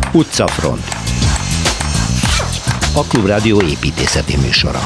Utcafront. A Klubrádió építészeti műsora.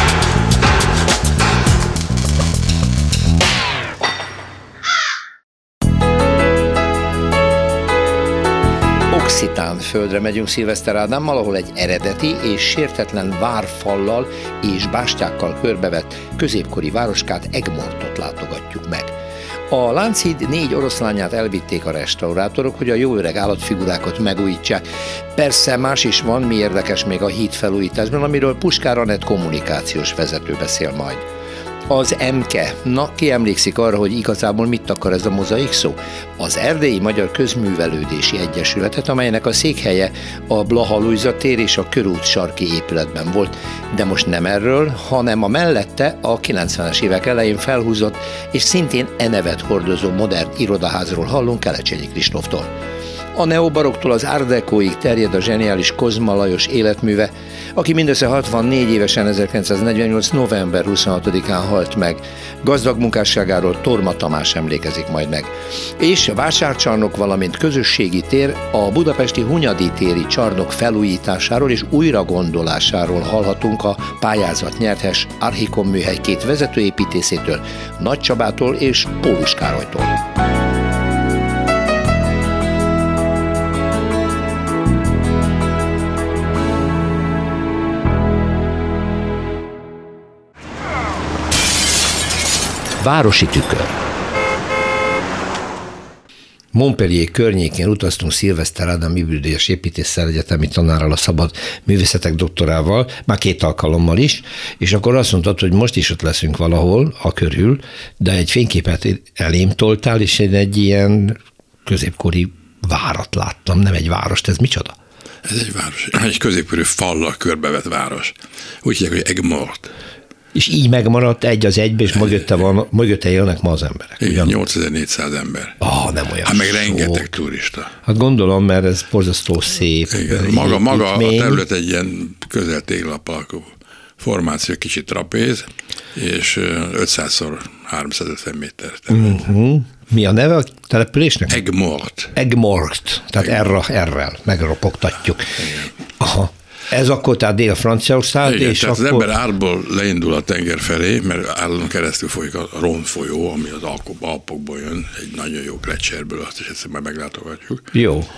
Occitán földre megyünk Szilveszter Ádámmal, ahol egy eredeti és sértetlen várfallal és bástyákkal körbevett középkori városkát, Egmontot látogatjuk meg. A Lánchíd 4 oroszlányát elvitték a restaurátorok, hogy a jó öreg állatfigurákat megújítsák. Persze más is van, mi érdekes még a híd felújításban, amiről Puskár Anett kommunikációs vezető beszél majd. Az MKE. Na, ki emlékszik arra, hogy igazából mit akar ez a mozaik szó? Az Erdélyi Magyar Közművelődési Egyesületet, amelynek a székhelye a Blaha Lujza tér és a Körút sarki épületben volt. De most nem erről, hanem a mellette a 90-es évek elején felhúzott és szintén nevet hordozó modern irodaházról hallunk Kelecsényi Kristóftól. A neobaroktól az art décoig terjed a zseniális Kozma Lajos életműve, aki mindössze 64 évesen 1948. november 26-án halt meg. Gazdag munkásságáról Torma Tamás emlékezik majd meg. És vásárcsarnok, valamint közösségi tér, a budapesti Hunyadi téri csarnok felújításáról és újragondolásáról hallhatunk a pályázat nyertes Archicom műhely 2 vezetőépítészétől, Nagy Csabától és Pólus Károlytól. Városi tükör. Montpellier környékén utaztunk Szilveszter Ádám Ybüldélyes építésszel, egyetemi tanárral, a szabad művészetek doktorával, már 2 alkalommal is, és akkor azt mondtad, hogy most is ott leszünk valahol, a körül, de egy fényképet elém toltál, és én egy ilyen középkori várat láttam, nem egy várost, ez micsoda? Ez egy város, egy középkori fallal körbevett város. Úgy hívják, hogy Egmont. És így megmaradt egy az egybe, és mögötte élnek ma az emberek. Igen, 8400 ember. Nem olyan meg sok. rengeteg turista. Hát gondolom, mert ez borzasztó szép. Igen, maga a terület egy ilyen közel téglap alakú formáció, kicsit trapéz, és 500x350 méter terület. Mi a neve a településnek? Egmont. Egmont, tehát errel megropogtatjuk. Igen. Aha. Ez akkor tehát Dél-Franciaország, igen, és tehát akkor... az ember Árból leindul a tenger felé, mert Áron keresztül folyik a Rhône folyó, ami az Alpokból jön, egy nagyon jó gletscherből, azt is egyszer majd meglátogatjuk. Jó.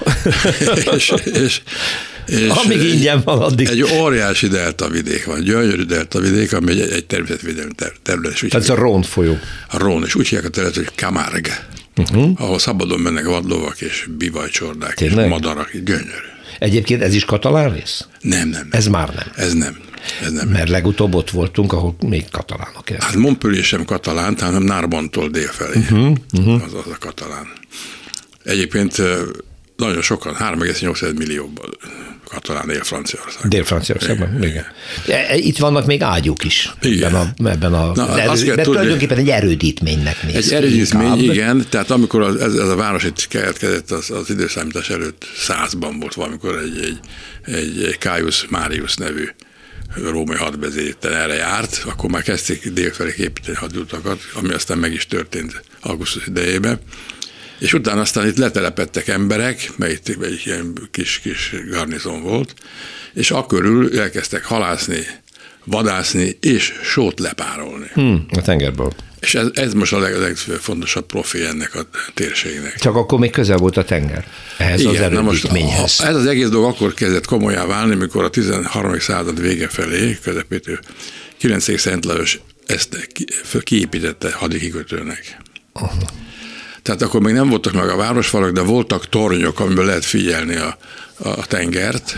és amíg ingyen van, addig. Egy óriási deltavidék van, gyönyörű deltavidék, ami egy természetvédelmi terület. Tehát ez a Rhône folyó. A Rhône, és úgy hívják a terület, hogy Camargue, ahol szabadon mennek vadlovak és bivajcsordák, tényleg? És madarak, gyönyörű. Egyébként ez is katalán rész? Nem. Ez már nem. Ez nem. Mert legutóbb ott voltunk, ahol még katalánok élnek. Hát Montpellier sem katalán, hanem Narbontól délfelé. Az a katalán. Egyébként nagyon sokan, 3,8 millió katalán él Franciaországban. Dél-Franciaországban, igen. Itt vannak még ágyuk is. Igen. De tulajdonképpen egy erődítménynek néz. Egy erődítmény, igen. Tehát amikor ez a város itt keletkezett, az időszámítás előtt 100-ban volt valamikor egy Caius Marius nevű római hadvezér erre járt, akkor már kezdték délfelé építeni hadutakat, ami aztán meg is történt augusztus idejében. És utána aztán itt letelepedtek emberek, mert itt egy ilyen kis garnizon volt, és akkörül elkezdtek halászni, vadászni és sót lepárolni. A tengerből. És ez most a legfontosabb profi ennek a térségnek. Csak akkor még közel volt a tenger ehhez. Igen, az erődítményhez. Ez az egész dolog akkor kezdett komolyan válni, mikor a 13. század vége felé, közepétől 9. Szent Lajos ezt kiépítette hadikikötőnek. Tehát akkor még nem voltak meg a városfalak, de voltak tornyok, amiből lehet figyelni a tengert,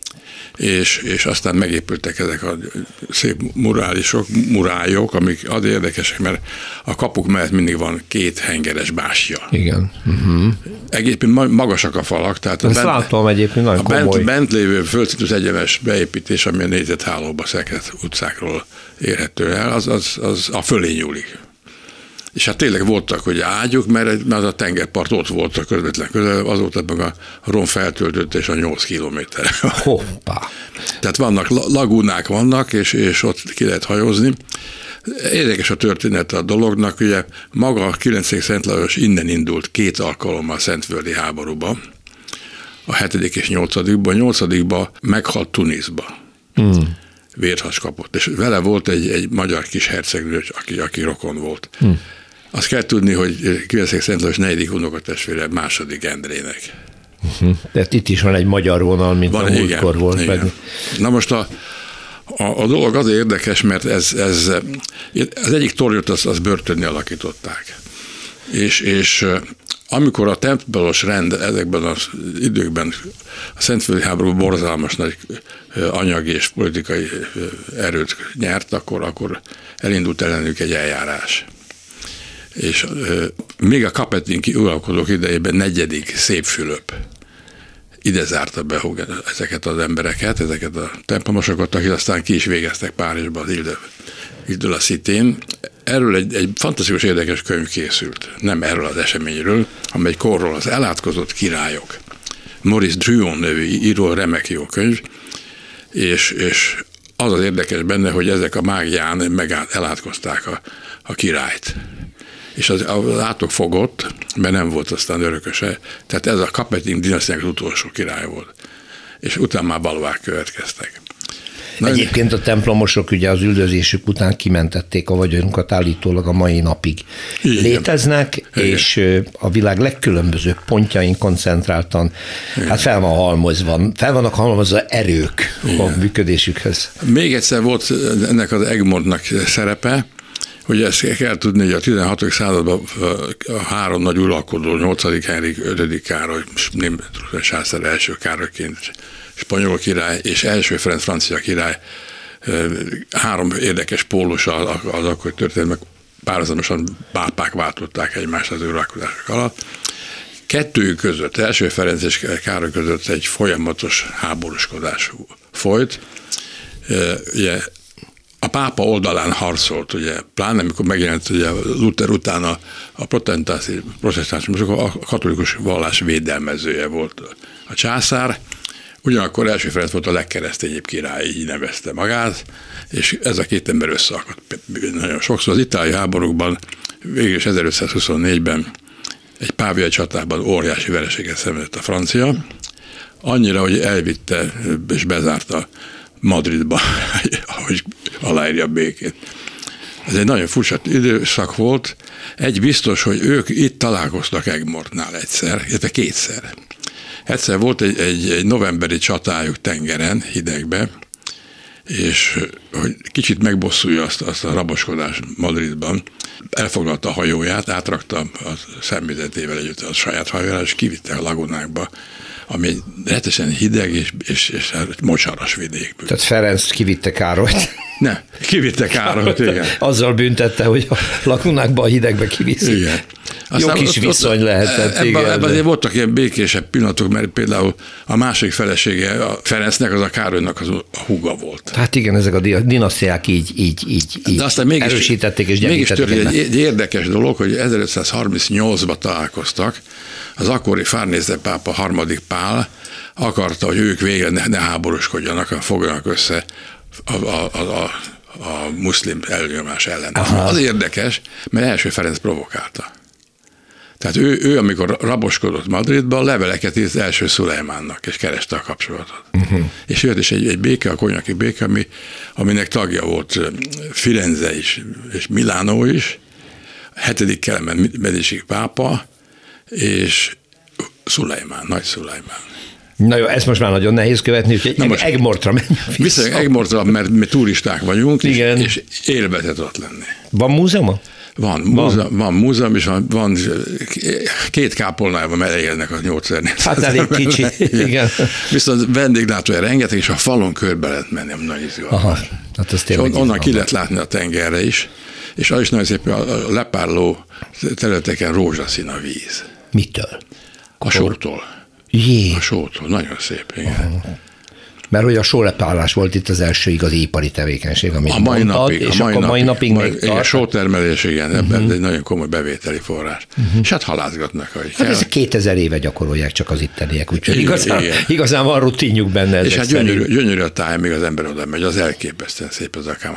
és aztán megépültek ezek a szép murályok, amik azért érdekesek, mert a kapuk mellett mindig van 2 hengeres bástya. Igen. Egyébként magasak a falak, tehát látom egyébként nagyon komoly. A bent lévő földszintes egyenes beépítés, ami a négyzethálóba szekett utcákról érhető el, az a fölé nyúlik. És hát tényleg voltak, hogy ágyuk, mert az a tengerpart ott volt a közvetlen közel, azóta meg a Rhône feltöltött és a 8 kilométer. Hoppá! Tehát vannak lagúnák vannak, és ott ki lehet hajózni. Érdekes a történet a dolognak, ugye maga a 9. Szent Lajos innen indult 2 alkalommal a Szentföldi háborúba, a 7. és 8. A 8. meghalt Tunisba. Vérhas kapott. És vele volt egy magyar kis hercegnő, aki rokon volt. Azt kell tudni, hogy Kiveszék Szent Lajos 4. unokatestvére második Endrének. Tehát itt is van egy magyar vonal, mint a múltkor volt. Igen. Na most a dolog azért érdekes, mert ez az egyik tornyot az börtönni alakították. És amikor a templomos rend ezekben az időkben a Szentföldi háború borzalmas nagy anyagi és politikai erőt nyert, akkor elindult ellenük egy eljárás. És még a Capetinki uralkodók idejében 4. Szép Fülöp ide zárta be ezeket az embereket, ezeket a templomosokat, akik aztán ki is végeztek Párizsba az Ile de la Citén. Erről egy fantasztikus érdekes könyv készült, nem erről az eseményről, hanem egy korról, az elátkozott királyok. Maurice Druon nevű író, remek jó könyv, és az az érdekes benne, hogy ezek a mágián elátkozták a királyt. És az átok fogott, mert nem volt aztán örököse, tehát ez a Capeting dinasztiának az utolsó király volt. És utána már Valois következtek. Egyébként a templomosok ugye az üldözésük után kimentették a vagyonunkat állítólag a mai napig. Igen. Léteznek, igen. És a világ legkülönbözőbb pontjain koncentráltan, igen. Hát fel vannak halmozva erők, igen. A működésükhöz. Még egyszer volt ennek az Egmontnak szerepe, hogy ezt kell tudni, hogy a 16. században a 3 nagy uralkodó, 8. Henrik, 5. Károly, német császár első Károlyként, spanyol király és első Ferenc francia király 3 érdekes pólusa az akkor történt, meg párhuzamosan pápák váltották egymást az uralkodások alatt. 2 között, első Ferenc és Károly között egy folyamatos háborúskodás folyt. Ugye a pápa oldalán harcolt, ugye, pláne amikor megjelent ugye Luther után a protestáns, a katolikus vallás védelmezője volt a császár, ugyanakkor első Ferenc volt a legkeresztényebb király, így nevezte magát, és ez a 2 ember összeakadt nagyon sokszor. Az itáliai háborúkban végül is 1524-ben egy páviai csatában óriási vereséget szenvedett a francia, annyira, hogy elvitte és bezárta Madridba, ahogy aláírja a békét. Ez egy nagyon furcsa időszak volt. Egy biztos, hogy ők itt találkoztak Egmortnál egyszer, illetve 2-szer. Egyszer volt egy novemberi csatájuk tengeren, hidegbe, és hogy kicsit megbosszulja azt a raboskodást Madridban, elfoglalta a hajóját, átrakta a személyzetével együtt a saját hajójára, és kivitte a lagunákba, ami egy rettenetesen hideg és mocsaras vidékből. Tehát Ferenc kivitte Károlyt. Ne, kivitte Károlyt, igen. Azzal büntette, hogy a lagunákba a hidegbe kiviszi. Igen. Aztán jó kis viszony lehetett. Ebben azért voltak ilyen békésebb pillanatok, mert például a másik felesége a Ferencnek, az a Károlynak az a húga volt. Hát igen, ezek a dinasztiák így de aztán mégis, erősítették és gyengítették. Mégis történt egy érdekes dolog, hogy 1538-ban találkoztak, az akkori Farnése pápa 3. Pál akarta, hogy ők végre ne háborúskodjanak, hanem fogjanak össze a muszlim elnyomás ellen. Aha. Az érdekes, mert első Ferenc provokálta. Tehát ő amikor raboskodott Madridban, leveleket írt első Szulejmánnak, és kereste a kapcsolatot. És jött is egy béke, a konyaki béke, aminek tagja volt Firenze is, és Milánó is, 7. Kelemen Medici pápa, és Szulejmán, nagy Szulejmán. Na jó, ezt most már nagyon nehéz követni, úgyhogy Egmortra menjünk vissza. Viszont Egmortra, mert mi turisták vagyunk, és élvezet ott lenni. Van múzeuma? Van múzeum, és van 2 kápolnában elérnek a 8400. Hát elég kicsi, igen. Viszont vendéglátója rengeteg, és a falon körbe lehet menni, nagyon izgalmas. Hát az és onnan ki lehet látni a tengerre is, és az is nagyon szép, a lepárló területeken rózsaszín a víz. Mitől? A sótól. Jé. A sótól, nagyon szép, igen. Mert hogy a sólepárlás volt itt az első igazi ipari tevékenység, amit a mai mondtad, napig, és a mai napig még tart. Igen, sótermelés, igen, ebben egy nagyon komoly bevételi forrás. És hát halászgatnak, ahogy kell. Hát ezt 2000 éve gyakorolják csak az itteniek, úgyhogy igazán van rutinjuk benne. És hát gyönyörű a táj, még az ember oda megy, az elképesztően szép az a Camargue.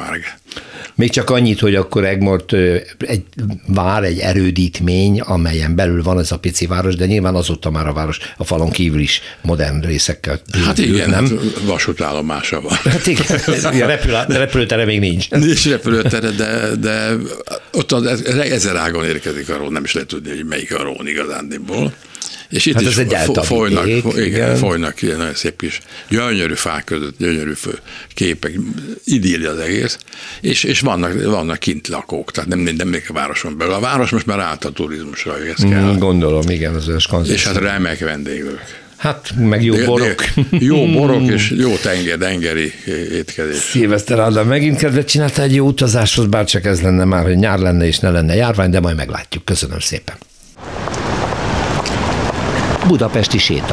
Még csak annyit, hogy akkor Egmort egy erődítmény, amelyen belül van ez a pici város, de nyilván azóta már a város a falon kívül is modern részekkel. Hát igen, nem? Vasútállomása van. Hát igen, repülőtere még nincs. Nincs repülőtere, de ott az ezer ágon érkezik a Rón, nem is lehet tudni, hogy melyik a Rón igazándiból. És itt is folynak ilyen nagyon szép kis gyönyörű fák között, gyönyörű képek, idilli az egész, és vannak kint lakók, tehát nem még a városon belül. A város most már állt a turizmusra, hogy ez kell. Gondolom, igen, az őskonzis. És hát remek vendéglők. Hát, meg jó borok. Jó borok és jó tengeri étkezés. Szilveszter Ádám megint kedvet csinálta egy jó utazáshoz, bárcsak ez lenne már, hogy nyár lenne és ne lenne járvány, de majd meglátjuk. Köszönöm szépen. Budapesti séta.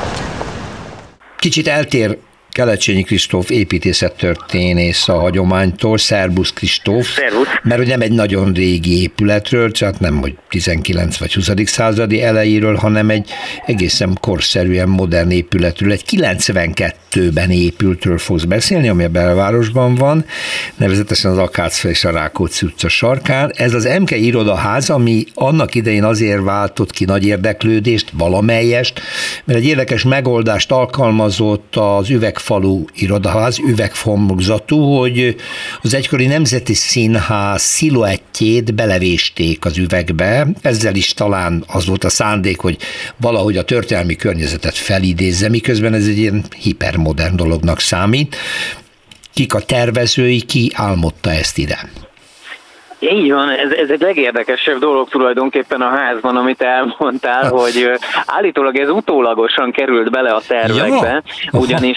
Kicsit eltér Kelecsényi Kristóf építészettörténész a hagyománytól. Szerbusz Kristóf. Szervusz. Mert hogy nem egy nagyon régi épületről, csak nem hogy 19 vagy 20. századi elejéről, hanem egy egészen korszerűen modern épületről, egy 92-ben épültről fogsz beszélni, ami a belvárosban van, nevezetesen az Akácfej és a Rákóczi utca sarkán. Ez az MK irodaház, ami annak idején azért váltott ki nagy érdeklődést, valamelyest, mert egy érdekes megoldást alkalmazott az üvegfalú irodaház, üveghomlokzatú, hogy az egykori Nemzeti Színház sziluettjét belevésték az üvegbe. Ezzel is talán az volt a szándék, hogy valahogy a történelmi környezetet felidézze, miközben ez egy ilyen hipermodern dolognak számít. Kik a tervezői, ki álmodta ezt ide? Így van, ez egy legérdekesebb dolog tulajdonképpen a házban, amit elmondtál, hogy állítólag ez utólagosan került bele a tervekbe, ugyanis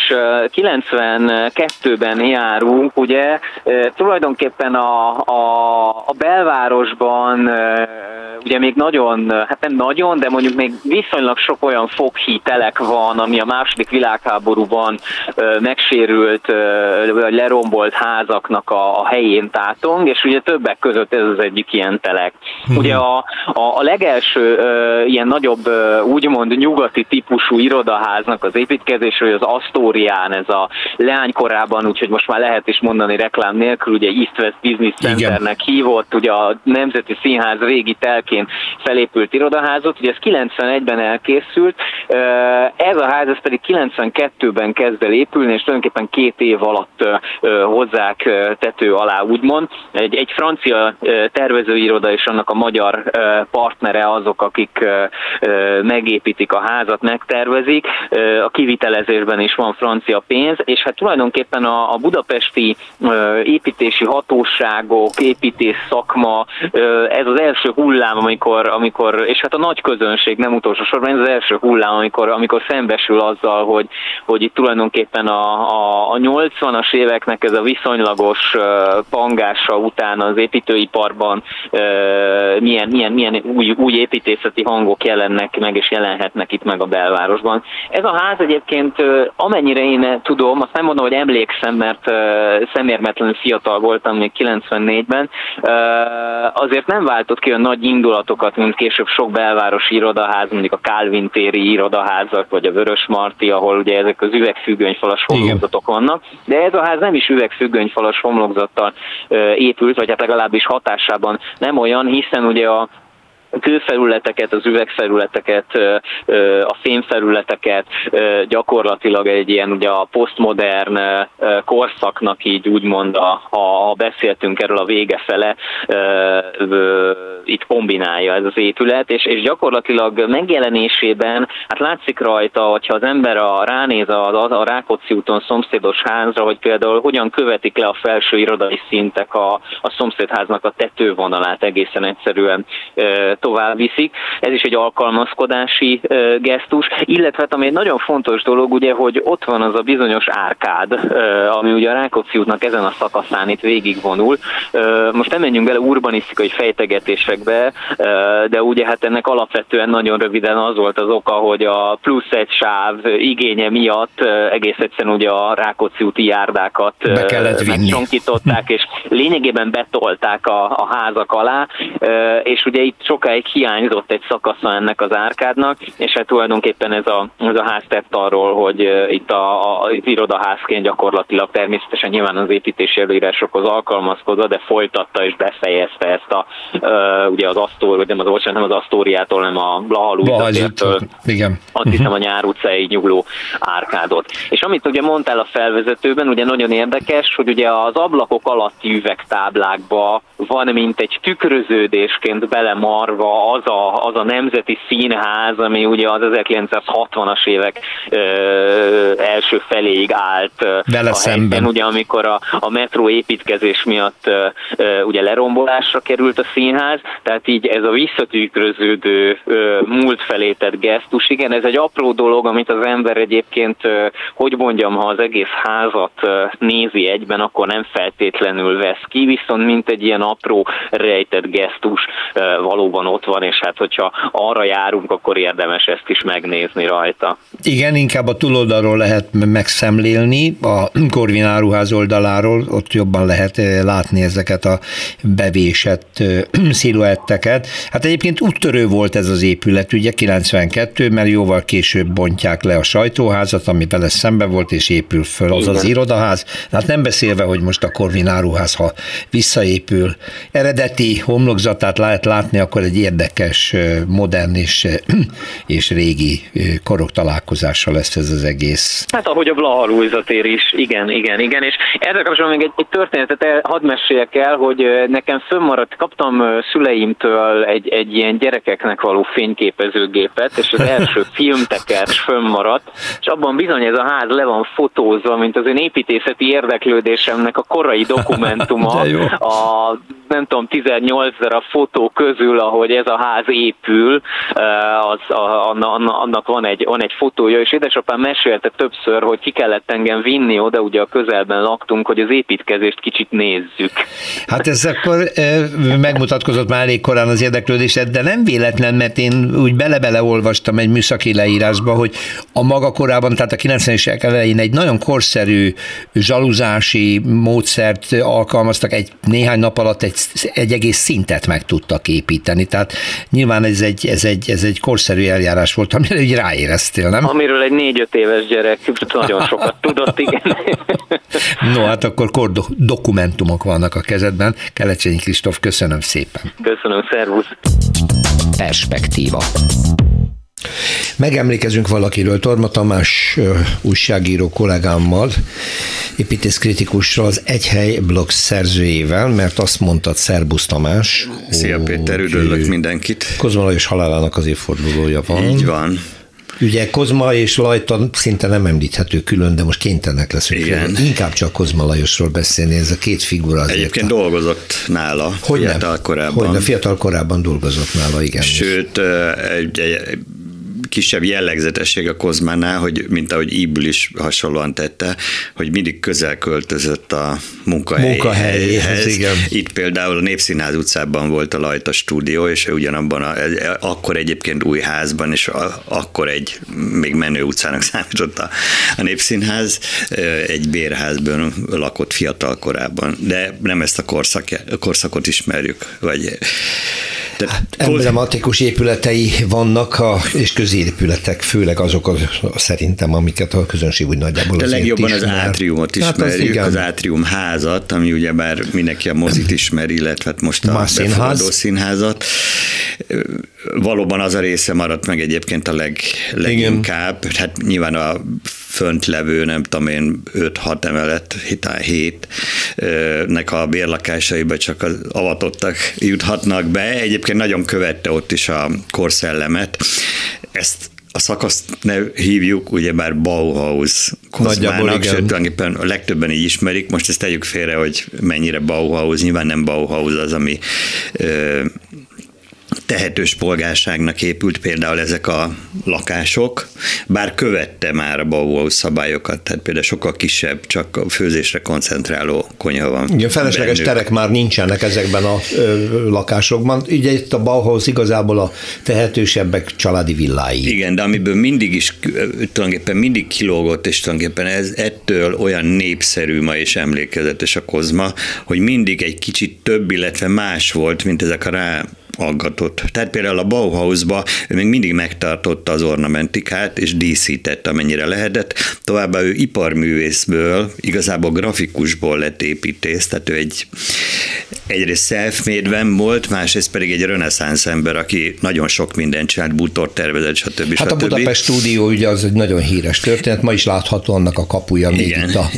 92-ben járunk, ugye tulajdonképpen a belvárosban ugye még nagyon, hát nem nagyon, de mondjuk még viszonylag sok olyan foghítelek van, ami a II. Világháborúban megsérült vagy lerombolt házaknak a helyén tátong, és ugye többek között ez az egyik ilyen telek. Ugye a legelső ilyen nagyobb, úgymond nyugati típusú irodaháznak az építkezésről, az Astorián, ez a leánykorában, úgyhogy most már lehet is mondani reklám nélkül, ugye East West Business Centernek hívott, ugye a Nemzeti Színház régi telkén felépült irodaházot, ugye ez 91-ben elkészült, ez a ház, ez pedig 92-ben kezd el épülni, és tulajdonképpen 2 év alatt hozzák tető alá, úgymond. Egy francia tervezőiroda és annak a magyar partnere azok, akik megépítik a házat, megtervezik. A kivitelezésben is van francia pénz, és hát tulajdonképpen a budapesti építési hatóságok, építész szakma, ez az első hullám, amikor és hát a nagy közönség nem utolsó sorban, ez az első hullám, amikor szembesül azzal, hogy itt tulajdonképpen a 80-as éveknek ez a viszonylagos pangása után az építőiparban milyen új építészeti hangok jelennek meg, és jelenhetnek itt meg a belvárosban. Ez a ház egyébként, amennyire én tudom, azt nem mondom, hogy emlékszem, mert szemérmetlenül fiatal voltam még 94-ben, azért nem váltott ki olyan nagy indulatokat, mint később sok belvárosi irodaház, mondjuk a Kálvin téri irodaházak, vagy a Vörösmarty, ahol ugye ezek az üvegfüggönyfalas homlokzatok vannak, de ez a ház nem is üvegfüggönyfalas homlokzattal épült, vagy hát legalábbis hatásában nem olyan, hiszen ugye a kőfelületeket, az üvegfelületeket, a fémfelületeket gyakorlatilag egy ilyen ugye a posztmodern korszaknak így úgymond, ha beszéltünk erről a vége fele, itt kombinálja ez az épület, és gyakorlatilag megjelenésében, hát látszik rajta, hogyha az ember ránéz a Rákóczi úton szomszédos házra, hogy például hogyan követik le a felső irodai szintek a szomszédháznak a tetővonalát, egészen egyszerűen tovább viszik. Ez is egy alkalmazkodási gesztus, illetve ami egy nagyon fontos dolog, ugye, hogy ott van az a bizonyos árkád, ami ugye a Rákóczi útnak ezen a szakaszán itt végigvonul. Most nem menjünk bele urbanisztikai fejtegetésekbe, de ugye hát ennek alapvetően nagyon röviden az volt az oka, hogy a plusz egy sáv igénye miatt egész egyszerűen ugye a Rákóczi úti járdákat megcsonkították, és lényegében betolták a házak alá, és ugye itt sokáig hiányzott egy szakasza ennek az árkádnak, és hát tulajdonképpen ez a ház tett arról, hogy itt az irodaházként gyakorlatilag természetesen nyilván az építési előírásokhoz alkalmazkodva, de folytatta és befejezte ezt ugye az Asztóriától, nem a Blaha Lujza-tértől, azt hiszem a Nyár utcáig nyugló árkádot. És amit ugye mondtál a felvezetőben, ugye nagyon érdekes, hogy ugye az ablakok alatti üvegtáblákba van mint egy tükröződésként belemarva az a Nemzeti Színház, ami ugye az 1960-as évek első feléig állt vele a helyben, ugye amikor a metró építkezés miatt ugye lerombolásra került a színház, tehát így ez a visszatükröződő múlt felé tett gesztus, igen, ez egy apró dolog, amit az ember egyébként, hogy mondjam, ha az egész házat nézi egyben, akkor nem feltétlenül vesz ki, viszont mint egy ilyen apró rejtett gesztus valóban ott van, és hát hogyha arra járunk, akkor érdemes ezt is megnézni rajta. Igen, inkább a túloldalról lehet megszemlélni, a Corvin áruház oldaláról, ott jobban lehet látni ezeket a bevésett sziluetteket. Hát egyébként úttörő volt ez az épület, ugye 92, mert jóval később bontják le a sajtóházat, ami vele szembe volt, és épül föl az irodaház. Hát nem beszélve, hogy most a Corvin áruház, ha visszaépül, eredeti homlokzatát lehet látni, akkor egy érdekes, modern és régi korok találkozása lesz ez az egész. Hát ahogy a Blaha Lujza tér is, igen, és ezzel kapcsolatban még egy történetet hadd meséljek el, hogy nekem fönnmaradt, kaptam szüleimtől egy ilyen gyerekeknek való fényképezőgépet, és az első filmtekers fönnmaradt, és abban bizony ez a ház le van fotózva, mint az én építészeti érdeklődésemnek a korai dokumentuma, nem tudom, 18 darab fotó közül, ahogy ez a ház épül, annak van egy fotója, és édesapám mesélte többször, hogy ki kellett engem vinni oda, ugye a közelben laktunk, hogy az építkezést kicsit nézzük. Hát ez akkor megmutatkozott már elég korán az érdeklődésed, de nem véletlen, mert én úgy bele-bele olvastam egy műszaki leírásba, hogy a maga korában, tehát a 90-es évek elején egy nagyon korszerű zsaluzási módszert alkalmaztak, néhány nap alatt egy egész szintet meg tudtak építeni, tehát nyilván ez egy korszerű eljárás volt, amire így ráéreztél, nem? Amiről egy 4-5 éves gyerek nagyon sokat tudott, igen. No, hát akkor dokumentumok vannak a kezedben. Kelecsényi Kristóf, köszönöm szépen. Köszönöm, szervusz. Perspektíva. Megemlékezünk valakiről, Torma Tamás újságíró kollégámmal, építészkritikussal, az Egy Hely blog szerzőjével, mert azt mondtad, szerbusz Tamás. Szia Péter, üdvözlök mindenkit. Kozma Lajos halálának az évfordulója van. Így van. Ugye Kozma és Lajta szinte nem említhető külön, de most kénytelenek leszünk külön. Inkább csak Kozma Lajosról beszélni, ez a két figura azért. Egyébként dolgozott nála fiatal korában. Fiatal korában dolgozott nála, igen. Sőt, egy kisebb jellegzetesség a Kozmánál, hogy mint ahogy Ibl is hasonlóan tette, hogy mindig közel költözött a munkahelyéhez. Igen. Itt például a Népszínház utcában volt a Lajta stúdió, és ugyanabban akkor egyébként új házban, és akkor egy még menő utcának számított a Népszínház, egy bérházban lakott fiatal korában. De nem ezt a korszakot ismerjük, vagy... Emblematikus épületei vannak, és középületek, főleg azok szerintem, amiket a közönség úgy nagyjából azért legjobban ismer. Az átriumot ismerjük, az átrium házat, ami ugyebár mindenki a mozit ismeri, illetve most a befogadó színházat. Valóban az a része maradt meg egyébként a leginkább. Hát nyilván a fönt levő, nem tudom én, 5-6 emelet, 7-nek a bérlakásaiba csak az avatottak juthatnak be. Egyébként nagyon követte ott is a korszellemet. Ezt a szakaszt hívjuk, ugyebár Bauhaus Kozmának, sőt, tulajdonképpen a legtöbben így ismerik. Most ezt tegyük félre, hogy mennyire Bauhaus, nyilván nem Bauhaus az, ami tehetős polgárságnak épült például ezek a lakások, bár követte már a Bauhaus szabályokat, tehát például sokkal kisebb, csak a főzésre koncentráló konyha van. Igen, felesleges terek már nincsenek ezekben a lakásokban. Ugye itt a Bauhaus igazából a tehetősebbek családi villái. Igen, de amiből mindig is tulajdonképpen mindig kilógott, és tulajdonképpen ettől olyan népszerű ma és emlékezetes a Kozma, hogy mindig egy kicsit több, illetve más volt, mint ezek a aggatott. Tehát például a Bauhausba ő még mindig megtartotta az ornamentikát, és díszített, amennyire lehetett. Továbbá ő iparművészből, igazából grafikusból lett építész, tehát ő egyrészt self-made volt, másrészt pedig egy reneszánsz ember, aki nagyon sok mindent csinált, bútort tervezett, stb. Hát a Budapest stúdió ugye az egy nagyon híres történet, ma is látható annak a kapuja még itt a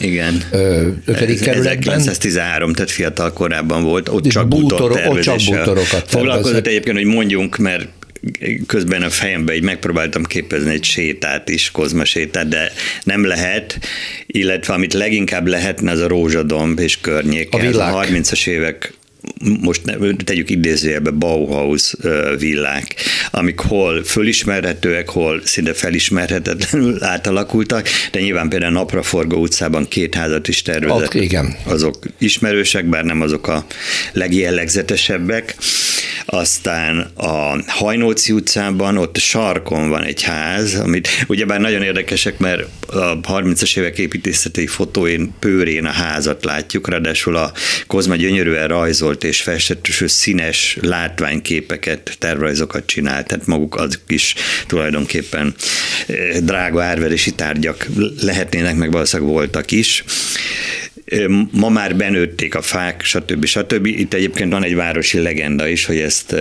5. kerületben. 1913, tehát fiatal korában volt, ott és csak bútorokat foglalkozott egyébként, hogy mondjunk, mert közben a fejembe így megpróbáltam képezni egy sétát is, Kozma sétát, de nem lehet, illetve amit leginkább lehetne, az a Rózsadomb és környéke. A 30-as évek, most tegyük idézőjelbe, Bauhaus villák, amik hol fölismerhetőek, hol szinte felismerhetetlenül átalakultak, de nyilván például Napraforgó utcában 2 házat is tervezett. Igen. Azok ismerősek, bár nem azok a legjellegzetesebbek. Aztán a Hajnóci utcában, ott sarkon van egy ház, amit ugyebár nagyon érdekesek, mert a 30-as évek építészeti fotóin pőrén a házat látjuk, ráadásul a Kozma gyönyörűen rajzolt és festett színes látványképeket, tervrajzokat csinált, tehát maguk azok is tulajdonképpen drága árverési tárgyak lehetnének, meg valószínűleg voltak is. Ma már benőtték a fák, stb. Itt egyébként van egy városi legenda is, hogy ezt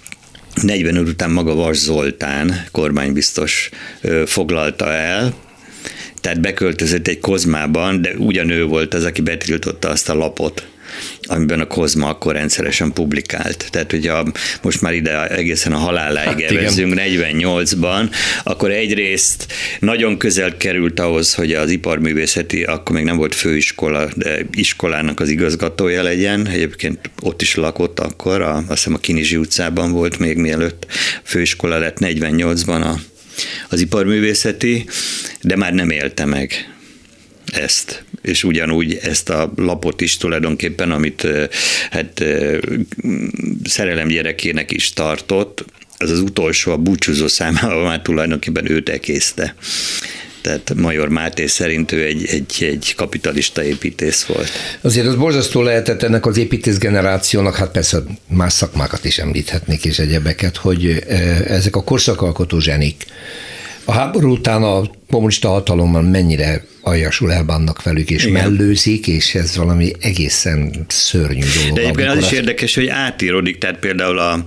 45 után maga Vas Zoltán kormánybiztos foglalta el, tehát beköltözött egy Kozmában, de ugyanő volt az, aki betiltotta azt a lapot, amiben a Kozma akkor rendszeresen publikált. Tehát, hogyha most már ide egészen a haláláig evezünk 48-ban, akkor egyrészt nagyon közel került ahhoz, hogy az iparművészeti, akkor még nem volt főiskola, de iskolának az igazgatója legyen. Egyébként ott is lakott akkor, azt hiszem a Kinizsi utcában volt még mielőtt főiskola lett 48-ban az iparművészeti, de már nem élte meg ezt. És ugyanúgy ezt a lapot is tulajdonképpen, amit hát szerelem gyerekének is tartott, az utolsó, a búcsúzó számával már tulajdonképpen őt ekészte. Tehát Major Máté szerint ő egy kapitalista építész volt. Azért az borzasztó lehetett ennek az építész generációnak, hát persze más szakmákat is említhetnék és egyebeket, hogy ezek a korszakalkotó zsenik a háború után a kommunista hatalommal mennyire aljasul elbánnak velük, és mellőzik, és ez valami egészen szörnyű dolog. De egyébként az is érdekes, hogy átírodik, tehát például a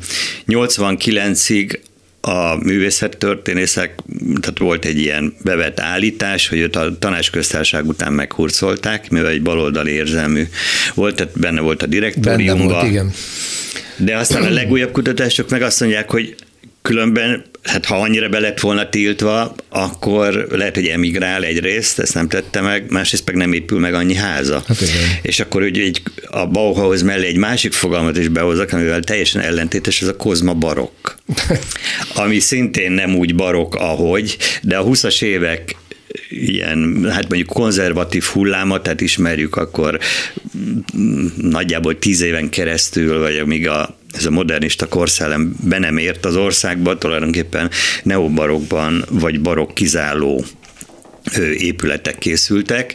89-ig a művészettörténészek, tehát volt egy ilyen bevett állítás, hogy őt a Tanácsköztársaság után meghurcolták, mivel egy baloldali érzelmű volt, tehát benne volt a direktóriumban. Benne volt, igen. De aztán a legújabb kutatások meg azt mondják, hogy különben, hát ha annyira be lett volna tiltva, akkor lehet, hogy emigrál egyrészt, ezt nem tette meg, másrészt meg nem épül meg annyi háza. Hát és akkor ugye a Bauhaus mellé egy másik fogalmat is behozok, amivel teljesen ellentétes, ez a Kozma barokk. Ami szintén nem úgy barokk, ahogy, de a 20-as évek ilyen, hát mondjuk konzervatív hullámot, tehát ismerjük akkor nagyjából 10 éven keresztül, vagy amíg ez a modernista korszellem be nem ért az országba, tulajdonképpen neobarokban vagy barokk kizáló épületek készültek.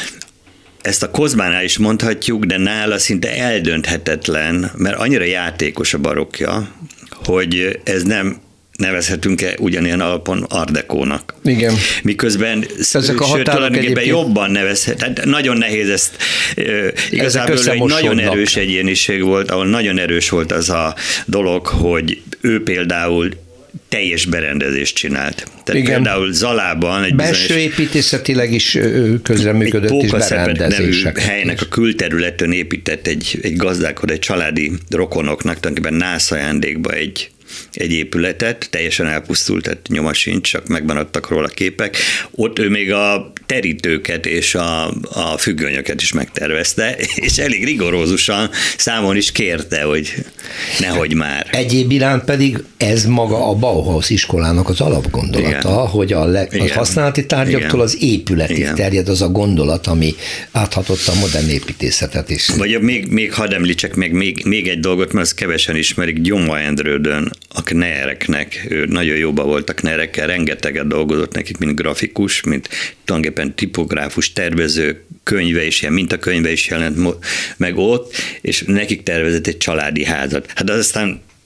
Ezt a Kozmánál is mondhatjuk, de nála szinte eldönthetetlen, mert annyira játékos a barokkja, hogy ez nem nevezhetünk-e ugyanilyen alapon Art Déco-nak. Igen. Miközben tulajdonképpen jobban nevezhet. Tehát nagyon nehéz ezt. Igazából egy nagyon erős egyéniség volt, ahol nagyon erős volt az a dolog, hogy ő például teljes berendezést csinált. Tehát igen. Például Zalában egy belső építészetileg is közreműködött, és berendezések. Helynek a külterületen épített egy gazdálkodó, egy családi rokonoknak, tulajdonképpen nászájándékba egy épületet, teljesen elpusztult, tehát nyoma sincs, csak megmaradtak róla képek. Ott ő még a terítőket és a függönyöket is megtervezte, és elég rigorózusan számon is kérte, hogy nehogy már. Egyéb iránt pedig ez maga a Bauhaus iskolának az alapgondolata, igen. Hogy a használati tárgyaktól az épületig terjed az a gondolat, ami áthatotta a modern építészetet is. Vagy még hadd említsek még egy dolgot, mert azt kevesen ismerik, Gyoma Endrődön a knereknek, ő nagyon jóban volt a knerekkel, rengeteget dolgozott nekik, mint grafikus, mint tulajdonképpen tipográfus, tervező, könyve is, ilyen mintakönyve is jelent meg ott, és nekik tervezett egy családi házat. Hát az aztán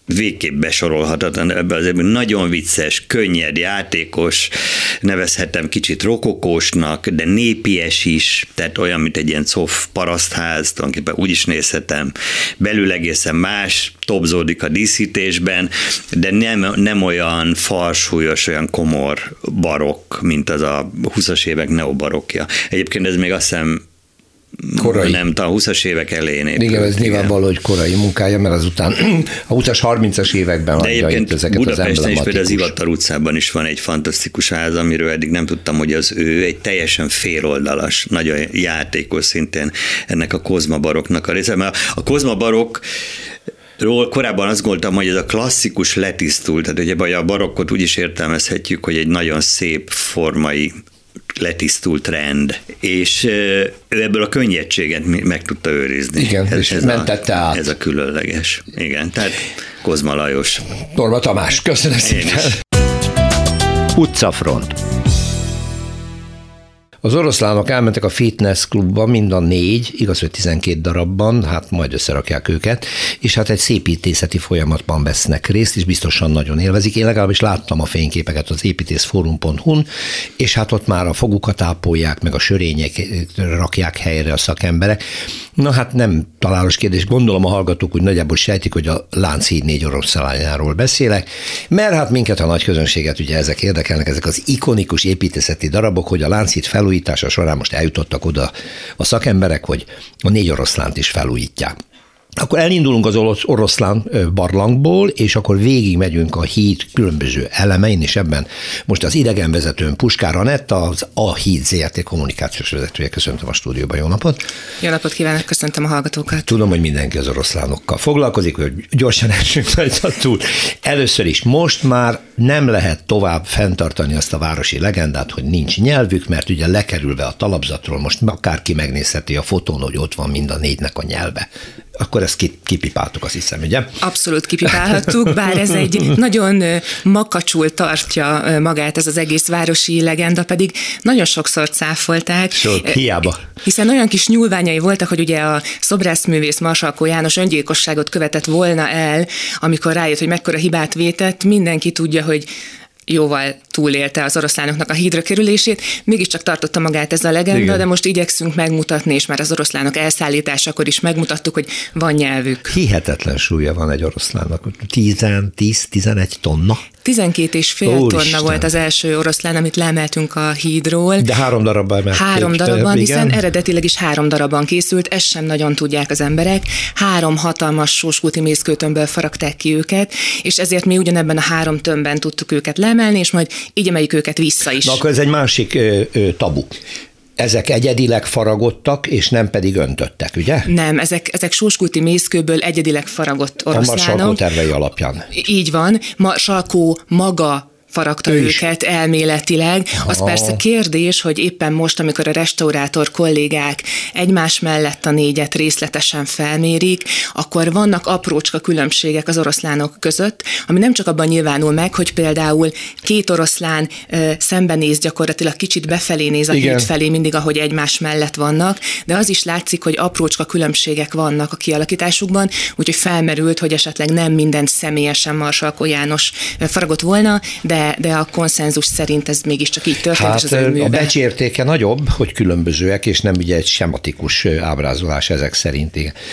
végképp besorolhatatlan, ebben azért nagyon vicces, könnyed, játékos, nevezhetem kicsit rokokósnak, de népies is, tehát olyan, mint egy ilyen cof parasztház, tulajdonképpen úgy is nézhetem, belül egészen más, tobzódik a díszítésben, de nem olyan farsúlyos, olyan komor barokk, mint az a 20-as évek neobarokja. Egyébként ez még azt hiszem korai. Nem, a 20-as évek elején épült. Igen, ez nyilvánvaló, hogy korai munkája, mert azután a 20-as, 30-as években adja itt ezeket az emblematikus. Budapesten is például az Ivatar utcában is van egy fantasztikus ház, amiről eddig nem tudtam, hogy az ő egy teljesen féloldalas, nagyon játékos szintén ennek a Kozma baroknak a része. Mert a Kozma barokk korábban azt gondoltam, hogy ez a klasszikus letisztult, tehát ugye a barokkot úgy is értelmezhetjük, hogy egy nagyon szép formai letisztult rend, és ő ebből a könnyedséget meg tudta őrizni. Igen, és mentette át. Ez a különleges. Igen, tehát Kozma Lajos. Torma Tamás, köszönöm szépen. Utcafront. Az oroszlánok elmentek a fitness klubba, mind a 4, igaz, hogy 12 darabban, hát majd összerakják őket, és hát egy szépítészeti folyamatban vesznek részt, és biztosan nagyon élvezik. Én legalábbis láttam a fényképeket az építészforum.hu-n, és hát ott már a fogukat ápolják, meg a sörények rakják helyre a szakemberek. Na hát nem találós kérdés, gondolom a hallgatók úgy nagyjából sejtik, hogy a Lánchíd 4 oroszlánjáról beszélek, mert hát minket, a nagy közönséget ugye ezek érdekelnek, ezek az ikonikus építészeti darabok, hogy a Lánchíd felújítása során most eljutottak oda a szakemberek, hogy a 4 oroszlánt is felújítják. Akkor elindulunk az oroszlán barlangból, és akkor végig megyünk a híd különböző elemein, és ebben most az idegenvezetőn Puskár Anetta, az A Híd ZRT kommunikációs vezetője. Köszöntöm a stúdióban, jó napot! Jó napot kívánok, köszöntöm a hallgatókat! Tudom, hogy mindenki az oroszlánokkal foglalkozik, hogy gyorsan esünk rajta túl. Először is most már nem lehet tovább fenntartani azt a városi legendát, hogy nincs nyelvük, mert ugye lekerülve a talapzatról most akárki megnézheti a fotón, hogy ott van mind a 4-nek a nyelve. Akkor ezt kipipáltuk, azt hiszem, ugye? Abszolút kipipálhattuk, bár ez egy nagyon makacsul tartja magát ez az egész városi legenda, pedig nagyon sokszor cáfolták. Hiába. Hiszen olyan kis nyúlványai voltak, hogy ugye a szobrászművész Marsalkó János öngyilkosságot követett volna el, amikor rájött, hogy mekkora hibát vétett, mindenki tudja, hogy jóval túlélte az oroszlánoknak a hídra kerülését, mégiscsak tartotta magát ez a legenda, igen. De most igyekszünk megmutatni, és már az oroszlánok elszállításakor is megmutattuk, hogy van nyelvük. Hihetetlen súlya van egy oroszlánnak, 10-11 tonna. 12,5 tonna volt az első oroszlán, amit leemeltünk a hídról. De 3 darabban emelték. 3 darabban, hiszen eredetileg is 3 darabban készült, ezt sem nagyon tudják az emberek. 3 hatalmas sóskúti mészkőtömbből faragták ki őket, és ezért mi ugyanebben a 3 tömbben tudtuk őket leemelni, és majd így emeljük őket vissza is. Na akkor ez egy másik tabu. Ezek egyedileg faragottak, és nem pedig öntöttek, ugye? Nem, ezek sóskúti mészkőből egyedileg faragott oroszlánok. A Marsalkó tervei alapján. Így van. Marsalkó maga faragta őket elméletileg. Az persze kérdés, hogy éppen most, amikor a restaurátor kollégák egymás mellett a 4-et részletesen felmérik, akkor vannak aprócska különbségek az oroszlánok között, ami nem csak abban nyilvánul meg, hogy például 2 oroszlán szembenéz, gyakorlatilag kicsit befelé néz a híd felé, mindig ahogy egymás mellett vannak, de az is látszik, hogy aprócska különbségek vannak a kialakításukban, úgyhogy felmerült, hogy esetleg nem minden személyesen Marsalkó János faragott volna, de a konszenzus szerint ez mégiscsak így történt, és az ő műve. A becsértéke nagyobb, hogy különbözőek, és nem ugye egy sematikus ábrázolás ezek szerint.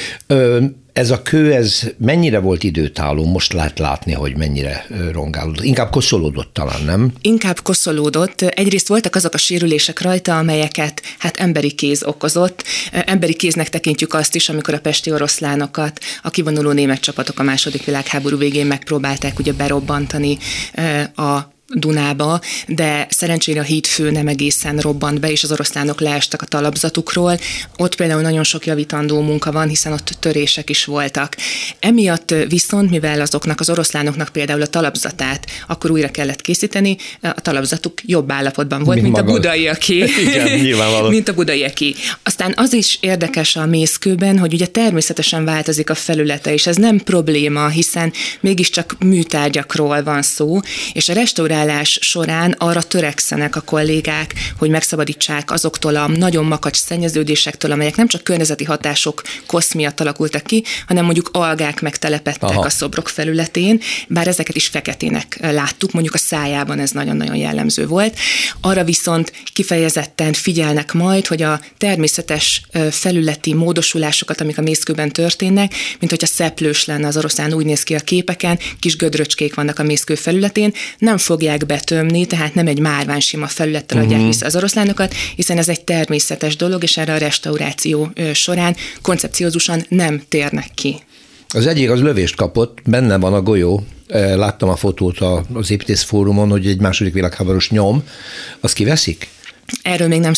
Ez a kő, ez mennyire volt időtálló? Most lehet látni, hogy mennyire rongálódott. Inkább koszolódott talán, nem? Inkább koszolódott. Egyrészt voltak azok a sérülések rajta, amelyeket hát emberi kéz okozott. Emberi kéznek tekintjük azt is, amikor a pesti oroszlánokat a kivonuló német csapatok a II. Világháború végén megpróbálták ugye berobbantani a Dunába, de szerencsére a hídfő nem egészen robbant be, és az oroszlánok leestek a talapzatukról. Ott például nagyon sok javítandó munka van, hiszen ott törések is voltak. Emiatt viszont, mivel azoknak az oroszlánoknak például a talapzatát akkor újra kellett készíteni, a talapzatuk jobb állapotban volt, mint a budaiaké. Igen, nyilvánvaló. Mint a budaiaké. Aztán az is érdekes a mészkőben, hogy ugye természetesen változik a felülete, és ez nem probléma, hiszen mégiscsak műtárgyakról van szó, és a restauráció restaurálás során arra törekszenek a kollégák, hogy megszabadítsák azoktól a nagyon makacs szennyeződésektől, amelyek nem csak környezeti hatások kosz miatt alakultak ki, hanem mondjuk algák megtelepedtek a szobrok felületén, bár ezeket is feketének láttuk, mondjuk a szájában ez nagyon-nagyon jellemző volt. Arra viszont kifejezetten figyelnek majd, hogy a természetes felületi módosulásokat, amik a mészkőben történnek, mint hogyha szeplős lenne az oroszlán, úgy néz ki a képeken, kis gödröcskék vannak a mészkő felületén, nem fogják betömni, tehát nem egy márványsima felülettel adják vissza az oroszlánokat, hiszen ez egy természetes dolog, és erre a restauráció során koncepciózusan nem térnek ki. Az egyik az lövést kapott, benne van a golyó, láttam a fotót az építész fórumon, hogy egy második világháborús nyom, azt kiveszik? Erről még nem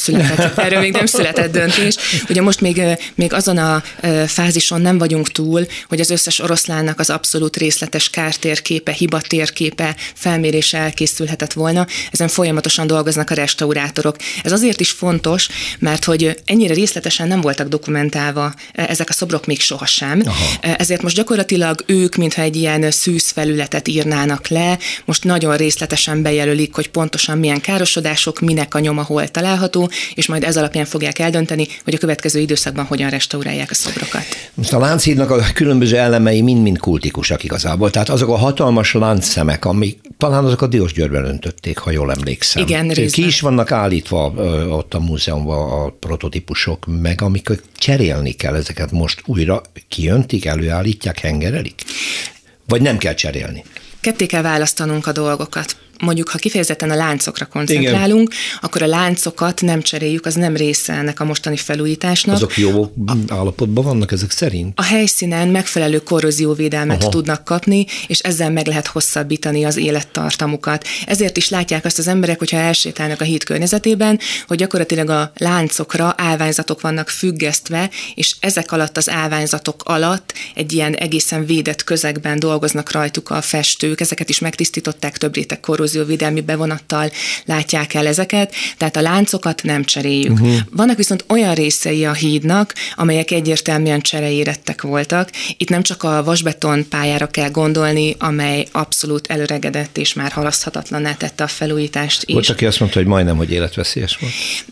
született döntés. Ugye most még azon a fázison nem vagyunk túl, hogy az összes oroszlánnak az abszolút részletes kártérképe, hibatérképe, felmérése elkészülhetett volna. Ezen folyamatosan dolgoznak a restaurátorok. Ez azért is fontos, mert hogy ennyire részletesen nem voltak dokumentálva ezek a szobrok még sohasem. Ezért most gyakorlatilag ők, mintha egy ilyen szűzfelületet írnának le, most nagyon részletesen bejelölik, hogy pontosan milyen károsodások, minek a nyoma hol található, és majd ez alapján fogják eldönteni, hogy a következő időszakban hogyan restaurálják a szobrokat. Most a Lánchídnak a különböző elemei mind-mind kultikusak igazából, tehát azok a hatalmas láncszemek, amik talán azok a Diósgyőrben öntötték, ha jól emlékszem. Igen, részben. Ki is vannak állítva ott a múzeumban a prototípusok, meg amikor cserélni kell ezeket, most újra kijöntik, előállítják, hengerelik? Vagy nem kell cserélni? Ketté kell választanunk a dolgokat. Mondjuk, ha kifejezetten a láncokra koncentrálunk, akkor a láncokat nem cseréljük, az nem része ennek a mostani felújításnak. Azok jó állapotban vannak ezek szerint? A helyszínen megfelelő korrózióvédelmet tudnak kapni, és ezzel meg lehet hosszabbítani az élettartamukat. Ezért is látják azt az emberek, hogyha elsétálnak a híd környezetében, hogy gyakorlatilag a láncokra állványzatok vannak függesztve, és ezek alatt az állványzatok alatt egy ilyen egészen védett közegben dolgoznak rajtuk a festők, ezeket is megtisztították, több réteg korrózióvédelmi bevonattal látják el ezeket, tehát a láncokat nem cseréljük. Vannak viszont olyan részei a hídnak, amelyek egyértelműen csereérettek voltak. Itt nem csak a vasbeton pályára kell gondolni, amely abszolút előregedett és már halaszthatatlanná tette a felújítást is. Volt, aki azt mondta, hogy majdnem, hogy életveszélyes volt.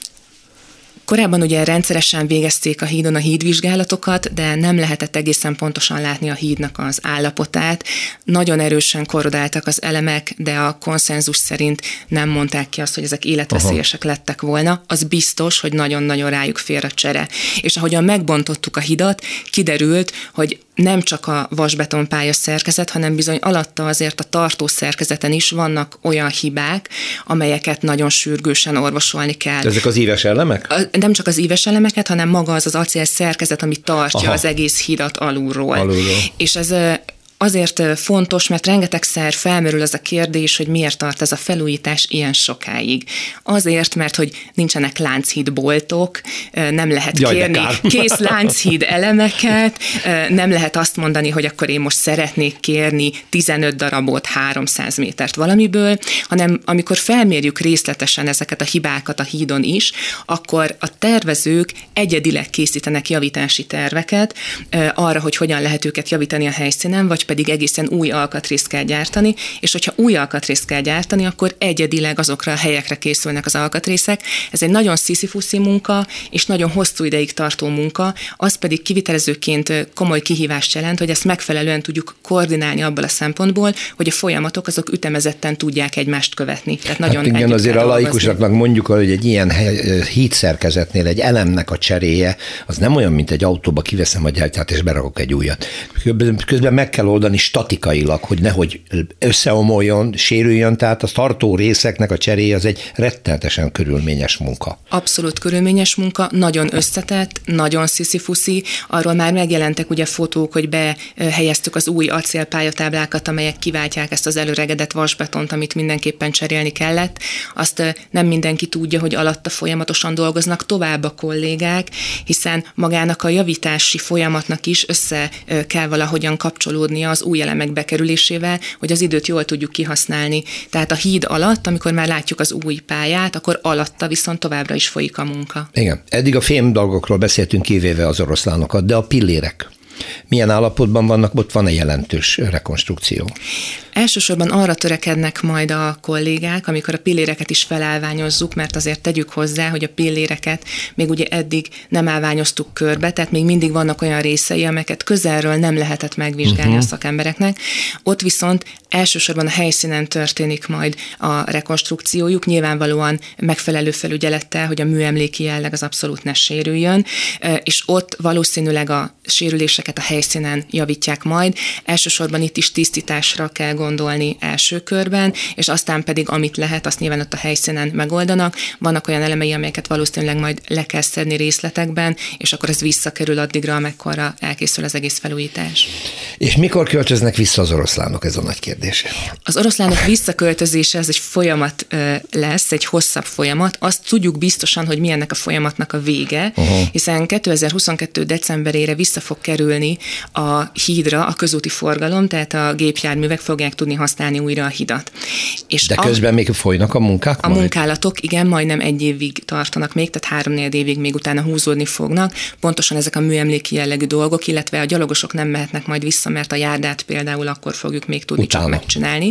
Korábban ugye rendszeresen végezték a hídon a hídvizsgálatokat, de nem lehetett egészen pontosan látni a hídnak az állapotát. Nagyon erősen korrodáltak az elemek, de a konszenzus szerint nem mondták ki azt, hogy ezek életveszélyesek lettek volna. Az biztos, hogy nagyon-nagyon rájuk fér a csere. És ahogyan megbontottuk a hidat, kiderült, hogy nem csak a vasbeton pályaszerkezet, hanem bizony alatta azért a tartó szerkezeten is vannak olyan hibák, amelyeket nagyon sürgősen orvosolni kell. Ezek az íves elemek? Nem csak az íves elemeket, hanem maga az acél szerkezet, ami tartja az egész hidat alulról. És ez azért fontos, mert rengetegszer felmerül az a kérdés, hogy miért tart ez a felújítás ilyen sokáig. Azért, mert hogy nincsenek lánchídboltok, nem lehet kérni kész lánchíd elemeket, nem lehet azt mondani, hogy akkor én most szeretnék kérni 15 darabot, 300 métert valamiből, hanem amikor felmérjük részletesen ezeket a hibákat a hídon is, akkor a tervezők egyedileg készítenek javítási terveket arra, hogy hogyan lehet őket javítani a helyszínen, vagy pedig egészen új alkatrészt kell gyártani, és hogyha új alkatrészt kell gyártani, akkor egyedileg azokra a helyekre készülnek az alkatrészek. Ez egy nagyon sziszifuszi munka, és nagyon hosszú ideig tartó munka, az pedig kivitelezőként komoly kihívást jelent, hogy ezt megfelelően tudjuk koordinálni abból a szempontból, hogy a folyamatok azok ütemezetten tudják egymást követni. Tehát nagyon igen, azért a laikusoknak mondjuk, hogy egy ilyen hídszerkezetnél egy elemnek a cseréje, az nem olyan, mint egy autóba kiveszem a gyártyát és berakok egy újat. Közben meg kell oldani statikailag, hogy nehogy összeomoljon, sérüljön, tehát a tartó részeknek a cseréje az egy rettenetesen körülményes munka. Abszolút körülményes munka, nagyon összetett, nagyon sziszifuszi, arról már megjelentek ugye fotók, hogy behelyeztük az új acélpályatáblákat, amelyek kiváltják ezt az előregedett vasbetont, amit mindenképpen cserélni kellett. Azt nem mindenki tudja, hogy alatta folyamatosan dolgoznak tovább a kollégák, hiszen magának a javítási folyamatnak is össze kell valahogyan kapcsolódnia az új elemek bekerülésével, hogy az időt jól tudjuk kihasználni. Tehát a híd alatt, amikor már látjuk az új pályát, akkor alatta viszont továbbra is folyik a munka. Igen. Eddig a fém dolgokról beszéltünk, kivéve az oroszlánokat, de a pillérek. Milyen állapotban vannak, ott van-e jelentős rekonstrukció? Elsősorban arra törekednek majd a kollégák, amikor a pilléreket is felállványozzuk, mert azért tegyük hozzá, hogy a pilléreket még ugye eddig nem állványoztuk körbe, tehát még mindig vannak olyan részei, amelyeket közelről nem lehetett megvizsgálni a szakembereknek. Ott viszont elsősorban a helyszínen történik majd a rekonstrukciójuk, nyilvánvalóan megfelelő felügyelettel, hogy a műemléki jelleg az abszolút ne sérüljön, és ott valószínűleg a sérüléseket a helyszínen javítják majd. Elsősorban itt is tisztításra kell gondolni első körben, és aztán pedig amit lehet, azt nyilván ott a helyszínen megoldanak. Vannak olyan elemei, amelyeket valószínűleg majd le kell szedni részletekben, és akkor ez visszakerül addigra, amekkorra elkészül az egész felújítás. És mikor költöznek vissza az oroszlánok, ez a nagy kérdés? Az oroszlánok visszaköltözése, ez egy folyamat lesz, egy hosszabb folyamat. Azt tudjuk biztosan, hogy mi ennek a folyamatnak a vége, hiszen 2022. decemberére vissza fog kerülni a hídra a közúti forgalom, tehát a gépjárművek fogják tudni használni újra a hidat. És de közben még folynak a munkák? A munkálatok, igen, majdnem 1 évig tartanak még, tehát 3-4 évig még utána húzódni fognak. Pontosan ezek a műemléki jellegű dolgok, illetve a gyalogosok nem mehetnek majd vissza, mert a járdát például akkor fogjuk még tudni csak megcsinálni.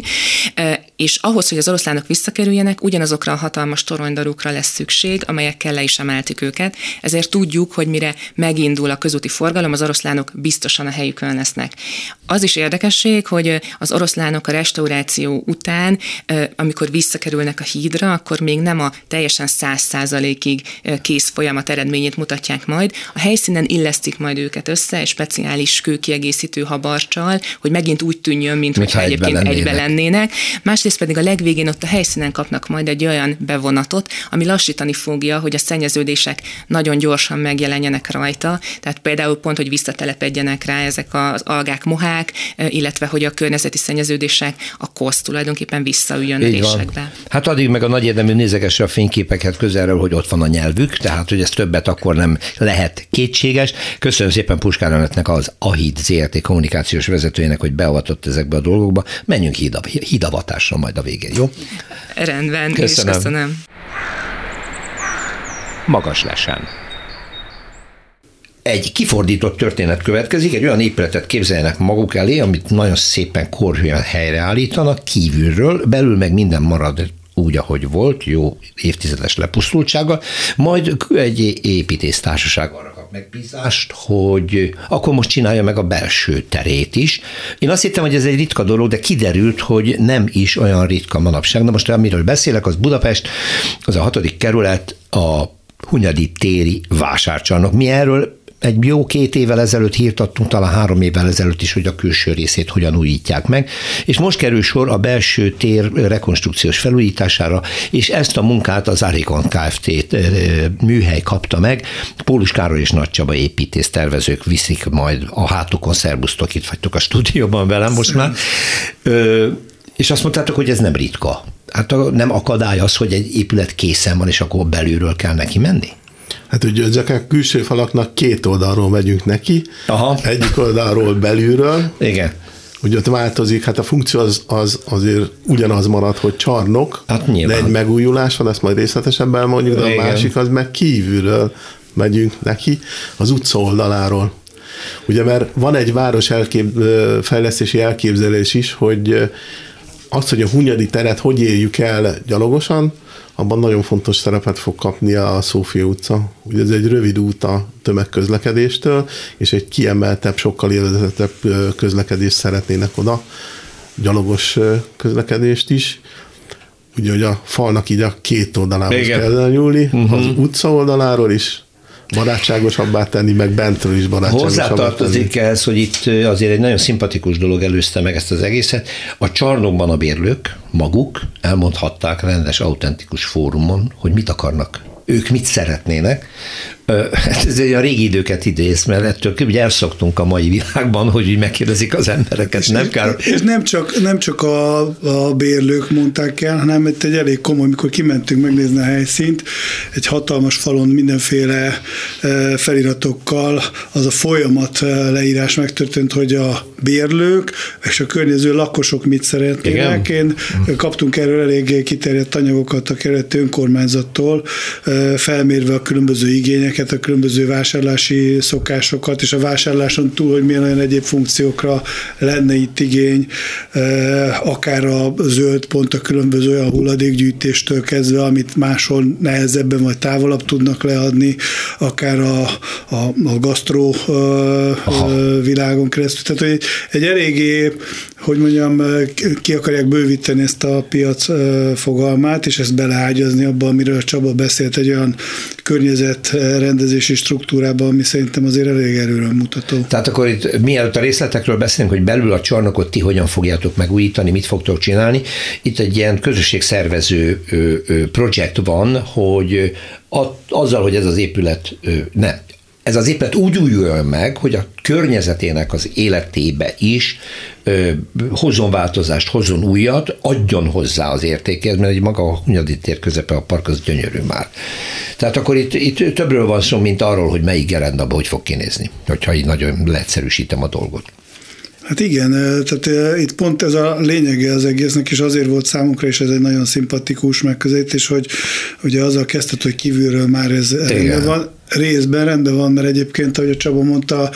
És ahhoz, hogy az oroszlánok visszakerüljenek, ugyanazokra a hatalmas toronydarukra lesz szükség, amelyekkel le is emeltük őket. Ezért tudjuk, hogy mire megindul a közúti forgalom, az oroszlánok biztosan a helyükön lesznek. Az is érdekesség, hogy az oroszlánok a restauráció után, amikor visszakerülnek a hídra, akkor még nem a teljesen 100%-ig kész folyamat eredményét mutatják majd. A helyszínen illesztik majd őket össze egy speciális kőkiegészítő habarccsal, hogy megint úgy tűnjön, mintha egyébként egybe lennének. Másrészt pedig a legvégén ott a helyszínen kapnak majd egy olyan bevonatot, ami lassítani fogja, hogy a szennyeződések nagyon gyorsan megjelenjenek rajta, tehát például pont, hogy visszatelepedjenek rá ezek az algák, mohák, illetve hogy a környezeti szennyeződések, a kosz tulajdonképpen visszaüljön a résekbe. Hát addig meg a nagy érdemű nézegesse a fényképeket közelről, hogy ott van a nyelvük, tehát hogy ez többet akkor nem lehet kétséges. Köszönöm szépen Puskár Annettnek, az AHID ZRT kommunikációs vezetőjének, hogy beavatott ezekbe a dolgokba. Menjünk hídavatásra majd a végén, jó? Rendben, köszönöm. Magas lesen. Egy kifordított történet következik, egy olyan épületet képzeljenek maguk elé, amit nagyon szépen korhűen helyreállítanak kívülről, belül meg minden marad úgy, ahogy volt, jó évtizedes lepusztultsággal, majd egy építésztársaság arra kap megbízást, hogy akkor most csinálja meg a belső terét is. Én azt hittem, hogy ez egy ritka dolog, de kiderült, hogy nem is olyan ritka manapság. Na most amiről beszélek, az Budapest, az a 6. kerület, a Hunyadi téri vásárcsarnok. Mi erről egy jó 2 évvel ezelőtt hírt adtunk, talán 3 évvel ezelőtt is, hogy a külső részét hogyan újítják meg, és most kerül sor a belső tér rekonstrukciós felújítására, és ezt a munkát az Arikon Kft. Műhely kapta meg. Pólus Károly és Nagy Csaba építész tervezők viszik majd a hátukon, szerbusztok, itt vagytok a stúdióban velem most már, és azt mondtátok, hogy ez nem ritka. Hát nem akadály az, hogy egy épület készen van, és akkor belülről kell neki menni? Hát ugye ezek a külső falaknak 2 oldalról megyünk neki, egyik oldalról belülről. Igen. Ugye ott változik, hát a funkció az azért ugyanaz marad, hogy csarnok, hát de egy megújulás van, ezt majd részletesebben elmondjuk, de a másik az meg kívülről megyünk neki, az utca oldaláról. Ugye, mert van egy város fejlesztési elképzelés is, hogy azt, hogy a Hunyadi teret hogy éljük el gyalogosan, abban nagyon fontos szerepet fog kapni a Szófia utca. Ugye ez egy rövid út a tömegközlekedéstől, és egy kiemeltebb, sokkal élvezetebb közlekedést szeretnének oda, gyalogos közlekedést is. Ugye, hogy a falnak így a 2 oldalához kell elnyúlni, az utca oldaláról is barátságosabbá tenni, meg bentről is barátságosabbá tenni. Hozzátartozik ehhez, hogy itt azért egy nagyon szimpatikus dolog előzte meg ezt az egészet. A csarnokban a bérlők maguk elmondhatták rendes, autentikus fórumon, hogy mit akarnak, ők mit szeretnének. Ez a régi időket idéz, mert ettől ugye elszoktunk a mai világban, hogy így megkérdezik az embereket. És nem csak a bérlők mondták el, hanem itt egy elég komoly, mikor kimentünk megnézni a helyszínt, egy hatalmas falon mindenféle feliratokkal az a folyamat leírás megtörtént, hogy a bérlők és a környező lakosok mit szeretnének. Kaptunk erről elég kiterjedt anyagokat a kerületi önkormányzattól, felmérve a különböző igényeket, igényeket, a különböző vásárlási szokásokat, és a vásárláson túl, hogy milyen olyan egyéb funkciókra lenne itt igény, akár a zöld pont, a különböző olyan hulladékgyűjtéstől kezdve, amit máshol nehezebben vagy távolabb tudnak leadni, akár a gasztró világon keresztül. Tehát, hogy egy eléggé, hogy mondjam, ki akarják bővíteni ezt a piac fogalmát, és ezt beleágyazni abba, amiről Csaba beszélt, egy olyan környezetrendezési struktúrában, ami szerintem azért elég előremutató. Tehát akkor itt mielőtt a részletekről beszélünk, hogy belül a csarnokot ti hogyan fogjátok megújítani, mit fogtok csinálni, itt egy ilyen közösségszervező projekt van, hogy azzal, hogy ez az épület ez az épület úgy újuljon meg, hogy a környezetének az életébe is hozzon változást, hozzon újat, adjon hozzá az értékhez, mert maga a Hunyadi tér közepe, a park az gyönyörű már. Tehát akkor itt többről van szó, mint arról, hogy melyik gerendaba hogy fog kinézni, hogyha így nagyon leegyszerűsítem a dolgot. Hát igen, tehát itt pont ez a lényege az egésznek, és azért volt számunkra, és ez egy nagyon szimpatikus megközelítés, hogy ugye azzal kezdted, hogy kívülről már ez rendben van. Részben rendben van, mert egyébként, ahogy a Csaba mondta,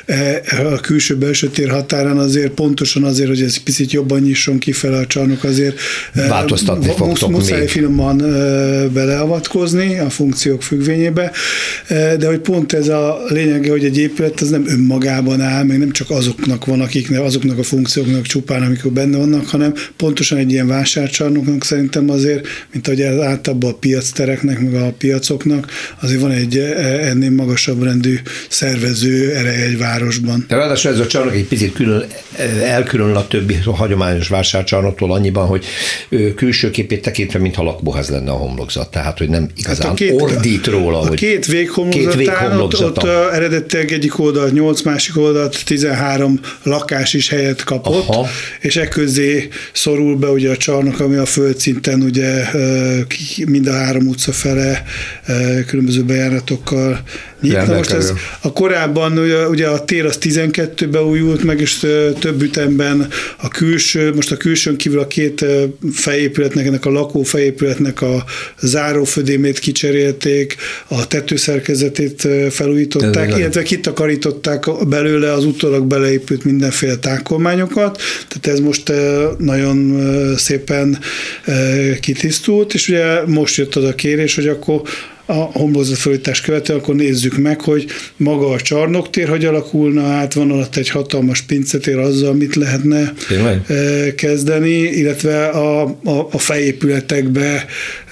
a külső-belső tér határán azért pontosan azért, hogy ez picit jobban nyisson kifele a csarnok, azért változtatni fogtok muszáj még. finoman beleavatkozni a funkciók függvényébe, de hogy pont ez a lényege, hogy egy épület az nem önmagában áll, meg nem csak azoknak van, azoknak a funkcióknak csupán, amikor benne vannak, hanem pontosan egy ilyen vásárcsarnoknak szerintem azért, mint ahogy általában a piactereknek, meg a piacoknak, azért van egy ennél magasabb rendű szervező ereje egy városban. De ráadásul ez a csarnok egy picit elkülönül a többi hagyományos vásárcsarnoktól annyiban, hogy külső képét tekintve, mintha lakóház lenne a homlokzat. Tehát, hogy nem igazán ordít róla. A két véghomlokzatán ott eredetileg egyik oldalt 8, másik oldalt 13 lakás is helyet kapott, és eközé szorul be ugye a csarnok, ami a földszinten ugye mind a 3 utca fele különböző bejáratokkal nyitna. Most ez a korábban ugye a tér az 12-be újult meg, és több ütemben most a külsőn kívül a két fejépületnek, ennek a lakófejépületnek a zárófödémét kicserélték, a tetőszerkezetét felújították, illetve kitakarították belőle az utólag beleépült mindenféle tákolmányokat, tehát ez most nagyon szépen kitisztult, és ugye most jött az a kérés, hogy akkor a homlokzatfelújítás követően, akkor nézzük meg, hogy maga a csarnoktér hogy alakulna át, van alatt egy hatalmas pincetér, azzal mit lehetne kezdeni, illetve a fejépületekbe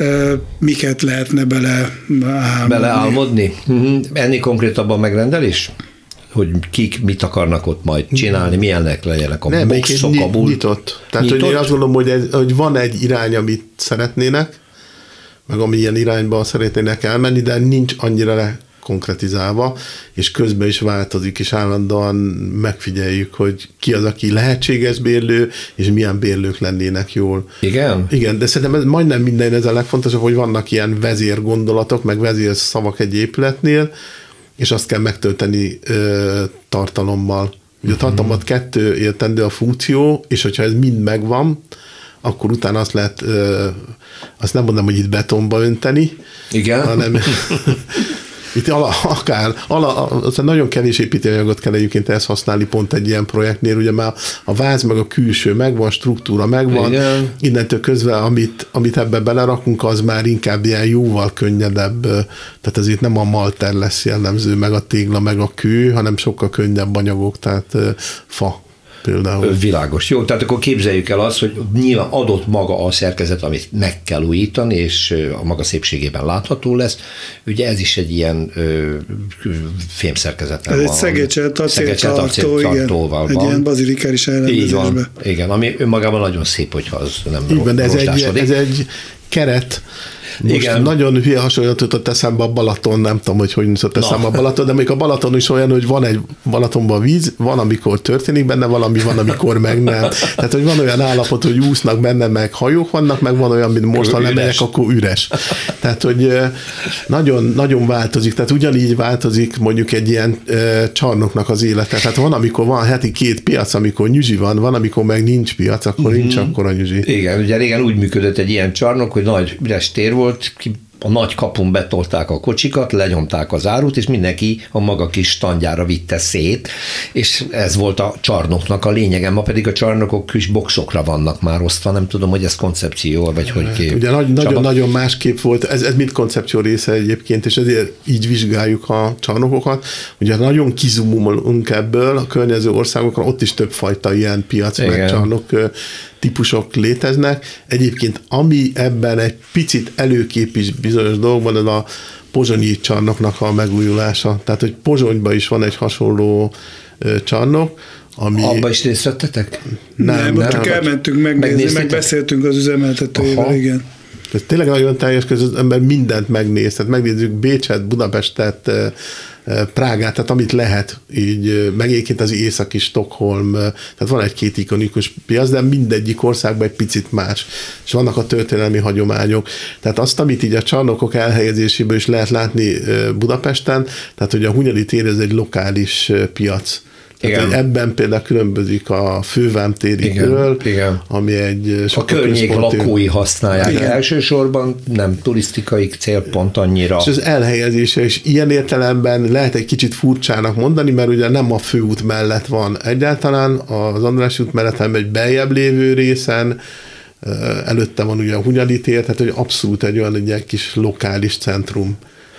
miket lehetne beleálmodni. Ennél konkrétabban megrendelés? Hogy kik mit akarnak ott majd csinálni, milyennek legyenek a boxok, a nyitott. Tehát, hogy én azt gondolom, hogy van egy irány, amit szeretnének, meg amilyen irányba szeretnének elmenni, de nincs annyira konkretizálva, és közben is változik, és állandóan megfigyeljük, hogy ki az, aki lehetséges bérlő, és milyen bérlők lennének jól. Igen? Igen, de szerintem ez majdnem minden, ez a legfontosabb, hogy vannak ilyen vezérgondolatok, meg vezérszavak egy épületnél, és azt kell megtölteni tartalommal. Ugye a tartalmat 2 értendő a funkció, és hogyha ez mind megvan, akkor utána azt lehet, azt nem mondom, hogy itt betonba önteni, igen, hanem itt nagyon kevés építőanyagot kell egyébként ezt használni pont egy ilyen projektnél, ugye már a váz meg a külső megvan, struktúra megvan, igen. Innentől közben, amit ebbe belerakunk, az már inkább ilyen jóval könnyedebb, tehát ez itt nem a malter lesz jellemző, meg a tégla, meg a kő, hanem sokkal könnyebb anyagok, tehát fa. Például. Világos. Jó, tehát akkor képzeljük el azt, hogy nyilván adott maga a szerkezet, amit meg kell újítani, és a maga szépségében látható lesz. Ugye ez is egy ilyen fémszerkezeten van. Ez egy szegecselt acéltartóval van. Egy ilyen bazilikáris elrendezésben. Így van, igen, ami önmagában nagyon szép, hogyha az nem rostosodik. Ez egy keret. Most igen. Nagyon hülye hasonlatot jutott eszembe a Balaton, nem tudom, hogy jutott eszembe a Balaton, de még a Balaton is olyan, hogy van egy Balatonban víz, van, amikor történik benne valami, van, amikor meg nem. Tehát, hogy van olyan állapot, hogy úsznak benne, meg hajók vannak, meg van olyan, mint most, ha lemegyek, akkor üres. Tehát, hogy nagyon, nagyon változik. Tehát ugyanígy változik mondjuk egy ilyen csarnoknak az élete. Tehát van, amikor van heti 2 piac, amikor nyüzsi van, amikor meg nincs piac, akkor nincs akkora nyüzsi. Igen, ugye régen úgy működött egy ilyen csarnok, hogy nagy üres tér volt, a nagy kapun betolták a kocsikat, lenyomták az árut, és mindenki a maga kis standjára vitte szét, és ez volt a csarnoknak a lényege. Ma pedig a csarnokok kis boxokra vannak már osztva, nem tudom, hogy ez koncepció, vagy hogy kép. Ugye nagyon másképp volt, ez mind koncepció része egyébként, és ezért így vizsgáljuk a csarnokokat. Ugye nagyon kizumulunk ebből a környező országokra, ott is többfajta ilyen piac, meg csarnok típusok léteznek. Egyébként ami ebben egy picit előkép is bizonyos dolgokban, ez a pozsonyi csarnoknak a megújulása. Tehát, hogy Pozsonyban is van egy hasonló csarnok, ami... Abba is részt vettetek? Nem, csak elmentünk megnézni, meg beszéltünk az üzemeltetőjével, igen. Ez tényleg nagyon teljes között, az ember mindent megnéz, tehát megnézzük Bécset, Budapestet, Prágát, tehát amit lehet, így meg egyébként az északi Stockholm, tehát van egy-két ikonikus piac, de mindegyik országban egy picit más, és vannak a történelmi hagyományok. Tehát azt, amit így a csarnokok elhelyezéséből is lehet látni Budapesten, tehát hogy a Hunyadi tér ez egy lokális piac. Tehát, ebben például különbözik a fővámtériről, ami egy... A környék lakói használják elsősorban, nem turisztikai célpont annyira. És az elhelyezése is ilyen értelemben lehet egy kicsit furcsának mondani, mert ugye nem a főút mellett van egyáltalán, az Andrássy út mellett, hanem egy beljebb lévő részen, előtte van ugye a Hunyadi tér, tehát hogy abszolút egy olyan egy kis lokális centrum.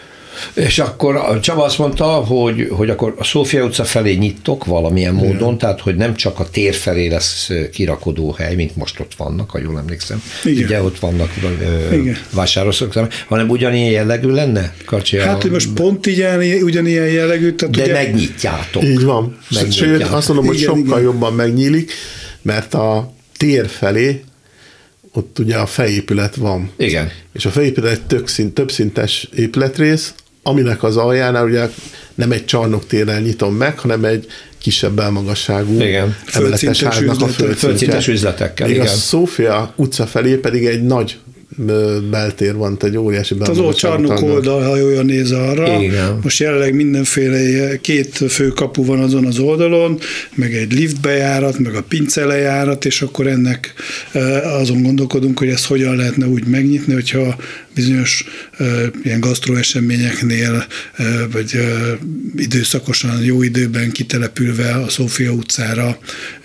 És akkor Csaba azt mondta, hogy akkor a Szófia utca felé nyittok valamilyen módon, tehát hogy nem csak a tér felé lesz kirakodó hely, mint most ott vannak, ha jól emlékszem. Igen. Ugye ott vannak vásároszok, hanem ugyanilyen jellegű lenne? Karcsi, hát, hogy most pont ugyanilyen jellegű. Tehát de ugye... megnyitjátok. Így van. Sőt, azt mondom, hogy sokkal jobban megnyílik, mert a tér felé ott ugye a fejépület van. Igen. És a fejépület egy többszintes épületrész, aminek az aljánál ugye nem egy csarnoktérrel nyitom meg, hanem egy kisebb elmagasságú emeletes háznak a földszintes üzletekkel. Igen. A Szófia utca felé pedig egy nagy beltér van, egy óriási belmagasságú. Az csarnok oldal, ha jól néz arra. Igen. Most jelenleg mindenféle 2 fő kapu van azon az oldalon, meg egy liftbejárat, meg a pincelejárat, és akkor ennek azon gondolkodunk, hogy ezt hogyan lehetne úgy megnyitni, hogyha bizonyos ilyen gasztroeseményeknél, vagy időszakosan, jó időben kitelepülve a Szófia utcára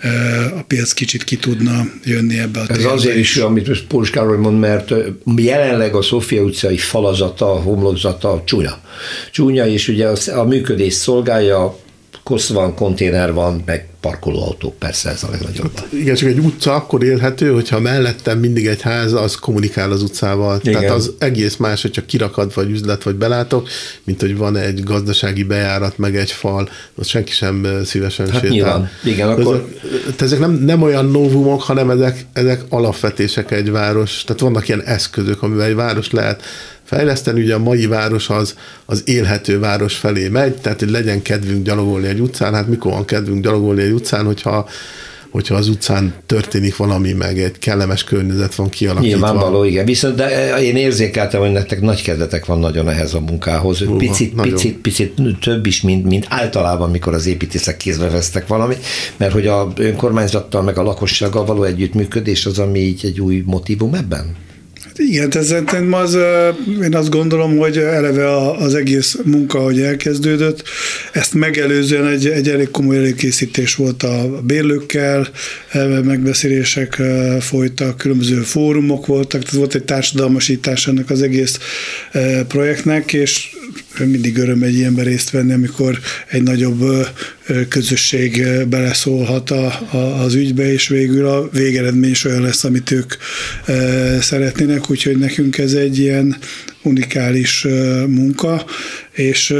a piac kicsit ki tudna jönni ebbe a térbe. Ez azért is, amit Póls Károly mond, mert jelenleg a Szófia utcai falazata, homlokzata csúnya, és ugye a működés szolgálja, kosz van, konténer van, meg parkolóautók, persze ez a legnagyobb. Igen, csak egy utca akkor élhető, hogyha mellettem mindig egy ház, az kommunikál az utcával. Igen. Tehát az egész más, hogyha kirakad, vagy üzlet, vagy belátok, mint hogy van egy gazdasági bejárat, meg egy fal, ott senki sem szívesen sétál. Nyilván. Igen, akkor... ezek nem olyan novumok, hanem ezek alapvetések egy város. Tehát vannak ilyen eszközök, amivel egy város lehet fejleszteni. Ugye a mai város az élhető város felé megy, tehát hogy legyen kedvünk gyalogolni egy utcán. Hát mikor van kedvünk gyalogolni egy utcán, hogyha az utcán történik valami, meg egy kellemes környezet van kialakítva. Nyilvánvaló, igen. Viszont de én érzékeltem, hogy nektek nagy kedvetek van nagyon ehhez a munkához. Picit több is, mint általában, mikor az építészek kézbe vesztek valamit, mert hogy a önkormányzattal, meg a lakossággal való együttműködés az, ami így egy új motívum ebben? Igen, én azt gondolom, hogy eleve az egész munka, ahogy elkezdődött, ezt megelőzően egy elég komoly előkészítés volt a bérlőkkel, megbeszélések folytak, különböző fórumok voltak, tehát volt egy társadalmasítás ennek az egész projektnek, és mindig öröm egy ilyenben részt venni, amikor egy nagyobb közösség beleszólhat az ügybe, és végül a végeredmény is olyan lesz, amit ők szeretnének, úgyhogy nekünk ez egy ilyen unikális munka, és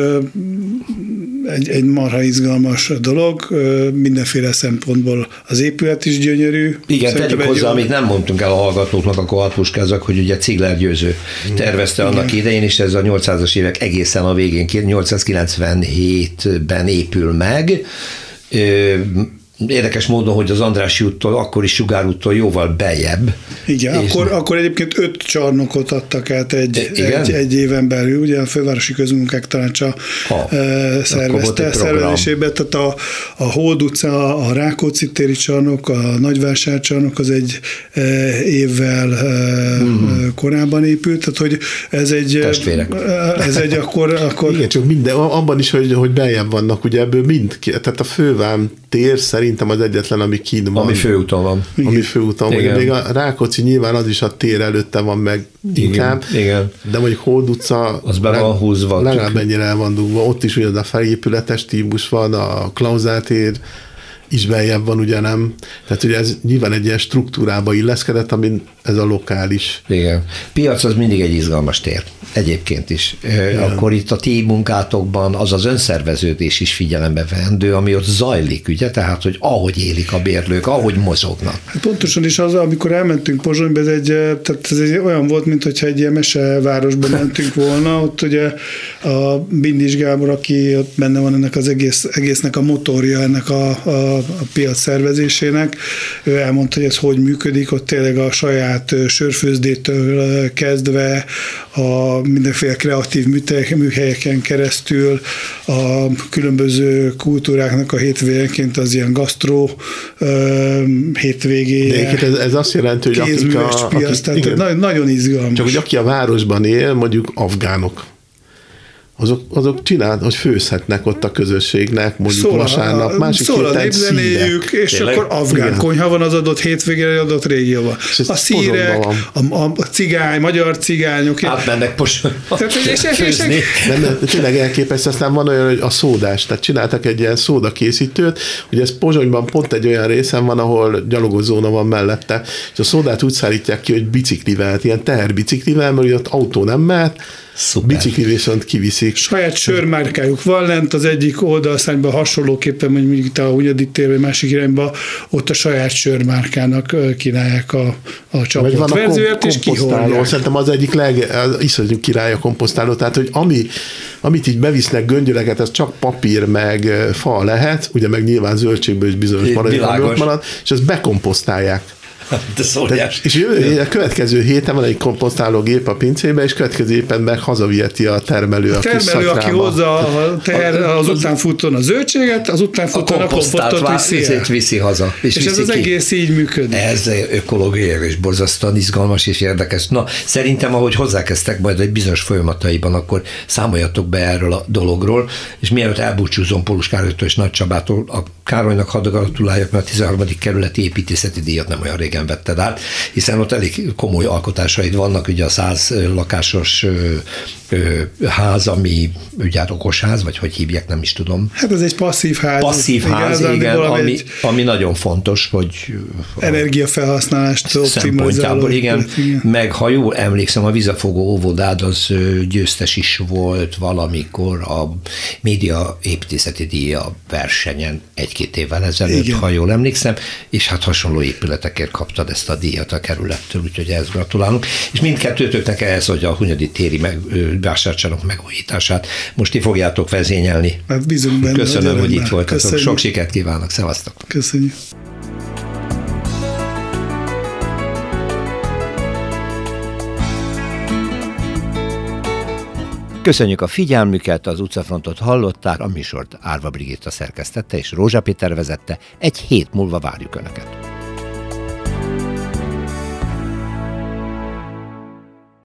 egy marha izgalmas dolog, mindenféle szempontból az épület is gyönyörű. Igen, tegyük hozzá, amit nem mondtunk el a hallgatóknak, akkor hatpuskázak, hogy ugye Cigler Győző tervezte annak idején, és ez a 800-as évek egészen a végén, 897-ben épül meg, Érdekes módon, hogy az Andrássy úttól, akkor is Sugár úttól jóval beljebb. Igen, akkor egyébként 5 csarnokot adtak át egy éven belül, ugye a Fővárosi Közmunkák Tanácsa szervezte szervezésében, tehát a Hold utca, a Rákóczi téri csarnok, a Nagyvásár csarnok az egy évvel korábban épült, tehát hogy ez egy... Testvérek. Ez egy akkor... Igen, csak minden, abban is, hogy beljebb vannak, ugye ebből tehát a Fővám tér szerintem az egyetlen, ami kín van. Ami főúton van. Ami főúton van. Még a Rákóczi nyilván az is a tér előtte van meg inkább. Igen. De mondjuk Hold utca az be van húzva. Legalább ennyire el van dugva. Ott is ugyan a felépületes típus van, a Klauzál tér is beljebb van, ugye nem? Tehát ugye ez nyilván egy ilyen struktúrába illeszkedett, amin ez a lokális. Igen. Piac az mindig egy izgalmas tér. Egyébként is. Igen. Akkor itt a ti munkátokban az önszerveződés is figyelembe vendő, ami ott zajlik, ugye? Tehát, hogy ahogy élik a bérlők, ahogy mozognak. Hát pontosan is az, amikor elmentünk Pozsonyba, ez egy olyan volt, mintha egy ilyen mesevárosba mentünk volna. Ott ugye a Bindis Gábor, aki ott benne van ennek az egésznek a motorja, ennek a piac szervezésének, ő elmondta, hogy ez hogy működik, ott tényleg a saját sörfőzdétől kezdve a mindenféle kreatív műhelyeken keresztül, a különböző kultúráknak a hétvégenként az ilyen gasztró hétvégéje. De ez azt jelenti, hogy nagyon izgalmas. Csak hogy aki a városban él, mondjuk afgánok, azok csinál, hogy főzhetnek ott a közösségnek, mondjuk vasárnap, másik héten szírek. És tényleg? Akkor afgán konyha van az adott hétvégén, az adott régióban. A szírek, a cigány, magyar cigányok. Átmennek főzni. Nem, tényleg elképesztő, aztán van olyan, hogy a szódás, tehát csináltak egy ilyen szódakészítőt, ugye ez Pozsonyban pont egy olyan részen van, ahol gyalogozóna van mellette, és a szódát úgy szállítják ki, hogy biciklivel, ilyen teherbiciklivel, mert ott autó nem mehet, bicikli viszont kiviszik. Saját sörmárkájuk van lent, az egyik oldalszányban hasonlóképpen, mondjuk itt a Hunyadi tér, vagy másik irányba, ott a saját sörmárkának kínálják a csapott verziót, és kihordják. Szerintem az egyik iszonyú király a komposztáló, tehát hogy amit így bevisznek göngyöleket, az csak papír meg fa lehet, ugye meg nyilván zöldségből is bizonyos marad, és ezt bekomposztálják. De szóljás. És a következő héten van egy komposztálógép a pincébe, és következő éppen meg hazaviheti a termelő, aki hozza az utánfutón a zöldséget, az utánfutón a komposztot viszi haza. És ez az egész így működik. Ez ökológiai és borzasztóan izgalmas és érdekes. Na, szerintem, ahogy hozzákezdtek majd egy bizonyos folyamataiban, akkor számoljatok be erről a dologról, és mielőtt elbúcsúzom Pólus Károlytól és Nagy Csabától, a Károlynak hadd gratuláljak, mert a 13. kerületi építészeti díjat nem olyan régen vetted át, hiszen ott elég komoly alkotásaid vannak, ugye a 100 lakásos ház, ami ugye okos ház, vagy hogy hívják, nem is tudom. Hát ez egy passzív ház. Passzív ház, igen, ami nagyon fontos, hogy energiafelhasználást szempontjából, igen. Meg ha jól emlékszem, a Vizafogó óvodád az győztes is volt valamikor a média építészeti díja versenyen 1-2 évvel ezelőtt, igen, ha jól emlékszem, és hát hasonló épületekért kaptad ezt a díjat a kerülettől, úgyhogy ezt gratulálunk. És mindkettőtöknek ehhez, hogy a Hunyadi téri vásárcsarnok megújítását most ti fogjátok vezényelni. Hát bízunk benne. Köszönöm, hogy itt voltatok. Köszönjük. Sok sikert kívánok. Szevasztok. Köszönjük. Köszönjük a figyelmüket, az Utcafrontot hallották, a műsort Árva Brigitta szerkesztette és Rózsa Péter vezette. Egy hét múlva várjuk Önöket.